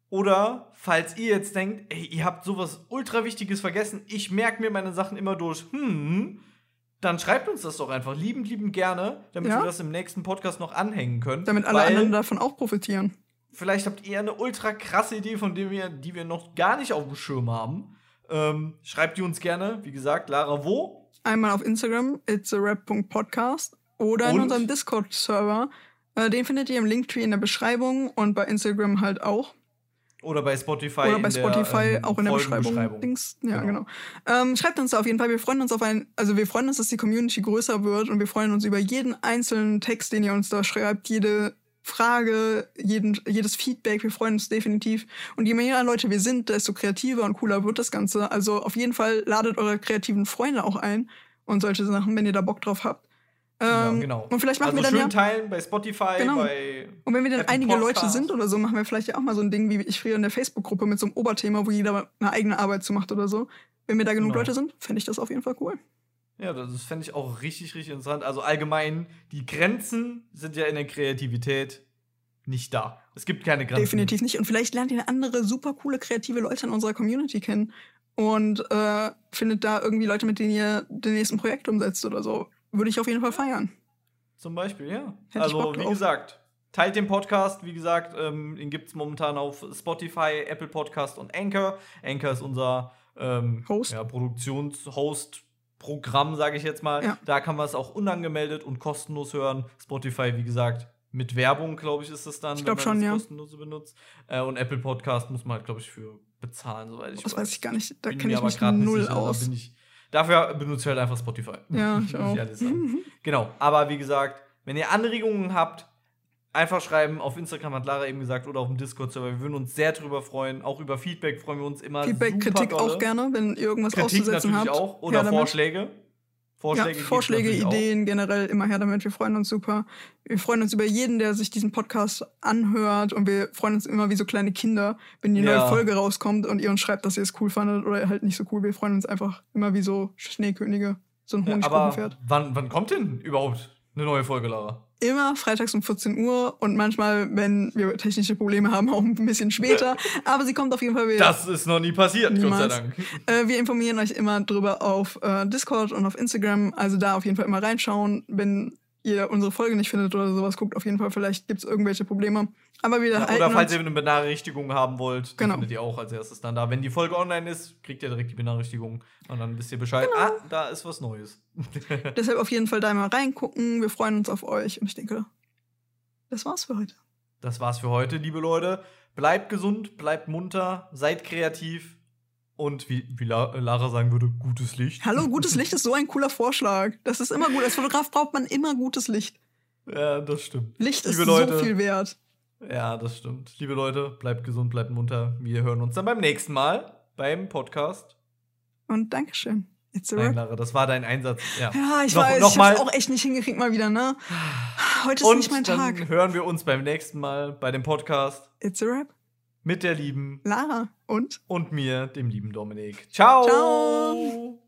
oder falls ihr jetzt denkt, ey, ihr habt sowas ultra Wichtiges vergessen, ich merke mir meine Sachen immer durch, hm, dann schreibt uns das doch einfach liebend, liebend gerne, damit Ja. wir das im nächsten Podcast noch anhängen können. Damit alle weil anderen davon auch profitieren. vielleicht habt ihr eine ultra krasse Idee, von der wir, die wir noch gar nicht auf dem Schirm haben. Ähm, schreibt die uns gerne, wie gesagt, Lara, wo? Einmal auf Instagram, it's a rap punkt podcast oder in Und? unserem Discord-Server. Äh, den findet ihr im Linktree in der Beschreibung und bei Instagram halt auch. Oder bei Spotify. Oder bei in Spotify der, ähm, auch in der Beschreibung. Folgenbeschreibung. Dings. Ja, Genau. genau. Ähm, schreibt uns da auf jeden Fall. Wir freuen uns auf ein, also wir freuen uns, dass die Community größer wird und wir freuen uns über jeden einzelnen Text, den ihr uns da schreibt, jede Frage, jeden, jedes Feedback. Wir freuen uns definitiv. Und je mehr Leute wir sind, desto kreativer und cooler wird das Ganze. Also auf jeden Fall ladet eure kreativen Freunde auch ein und solche Sachen, wenn ihr da Bock drauf habt. Ja, Ähm, genau. Und vielleicht machen Also wir schön dann ja. teilen bei Spotify, Genau. bei Und wenn wir dann Apple einige Podcast. Leute sind oder so, machen wir vielleicht ja auch mal so ein Ding, wie ich früher in der Facebook-Gruppe mit so einem Oberthema, wo jeder eine eigene Arbeit zu macht oder so. Wenn wir da genug Genau. Leute sind, fände ich das auf jeden Fall cool. Ja, das fände ich auch richtig, richtig interessant. Also allgemein, die Grenzen sind ja in der Kreativität nicht da. Es gibt keine Grenzen. Definitiv nicht. Und vielleicht lernt ihr andere super coole, kreative Leute in unserer Community kennen und äh, findet da irgendwie Leute, mit denen ihr den nächsten Projekt umsetzt oder so. Würde ich auf jeden Fall feiern. Zum Beispiel, ja. Hätte ich Also, Bock wie drauf. gesagt, teilt den Podcast. Wie gesagt, ähm, den gibt es momentan auf Spotify, Apple Podcast und Anchor. Anchor ist unser ähm, Host. Ja, Produktions-Host-Programm, sage ich jetzt mal. Ja. Da kann man es auch unangemeldet und kostenlos hören. Spotify, wie gesagt, mit Werbung, glaube ich, ist es dann, Ich glaub wenn schon, man das ja. kostenlose benutzt. Äh, und Apple Podcast muss man halt, glaube ich, für bezahlen, soweit ich Das weiß. weiß ich gar nicht. Da Bin kenne mir ich aber mich grad nicht null sicher, da aus. bin ich- Dafür benutze ich halt einfach Spotify. Ja, ich Muss auch. alles sagen. Genau, aber wie gesagt, wenn ihr Anregungen habt, einfach schreiben. Auf Instagram hat Lara eben gesagt oder auf dem Discord-Server. Wir würden uns sehr drüber freuen. Auch über Feedback freuen wir uns immer Feedback, super Kritik dolle. auch gerne, wenn ihr irgendwas Kritik auszusetzen natürlich habt. auch. Oder Her damit. Vorschläge. Vorschläge, ja, Vorschläge Ideen, auch. generell immer her damit. Wir freuen uns super. Wir freuen uns über jeden, der sich diesen Podcast anhört. Und wir freuen uns immer wie so kleine Kinder, wenn die neue Ja. Folge rauskommt und ihr uns schreibt, dass ihr es cool fandet oder halt nicht so cool. Wir freuen uns einfach immer wie so Schneekönige, so ein Ja, Honigkuchenpferd. aber wann, wann kommt denn überhaupt eine neue Folge, Lara? Immer freitags um vierzehn Uhr und manchmal, wenn wir technische Probleme haben, auch ein bisschen später. Aber sie kommt auf jeden Fall wieder. Das ist noch nie passiert, Niemals. Gott sei Dank. Äh, wir informieren euch immer drüber auf äh, Discord und auf Instagram. Also da auf jeden Fall immer reinschauen. Wenn ihr unsere Folge nicht findet oder sowas, guckt auf jeden Fall. Vielleicht gibt es irgendwelche Probleme. Aber wir Ja, halten oder falls uns ihr eine Benachrichtigung haben wollt, die Genau. findet ihr auch als erstes dann da. Wenn die Folge online ist, kriegt ihr direkt die Benachrichtigung und dann wisst ihr Bescheid. Genau. Ah, da ist was Neues. deshalb auf jeden Fall da mal reingucken. Wir freuen uns auf euch. Und ich denke, das war's für heute. Das war's für heute, liebe Leute. Bleibt gesund, bleibt munter, seid kreativ und wie, wie La- Lara sagen würde, gutes Licht. Hallo, gutes Licht ist so ein cooler Vorschlag. Das ist immer gut. Als Fotograf braucht man immer gutes Licht. Ja, das stimmt. Licht ist Liebe Leute. so viel wert. Ja, das stimmt. Liebe Leute, bleibt gesund, bleibt munter. Wir hören uns dann beim nächsten Mal beim Podcast. Und Dankeschön. It's a Nein, wrap. Lara, das war dein Einsatz. Ja, Ja, ich Noch- weiß, noch ich mal. hab's auch echt nicht hingekriegt mal wieder, ne? Heute ist Und nicht mein dann Tag. hören wir uns beim nächsten Mal bei dem Podcast It's a wrap. mit der lieben Lara und und mir, dem lieben Dominik. Ciao! Ciao.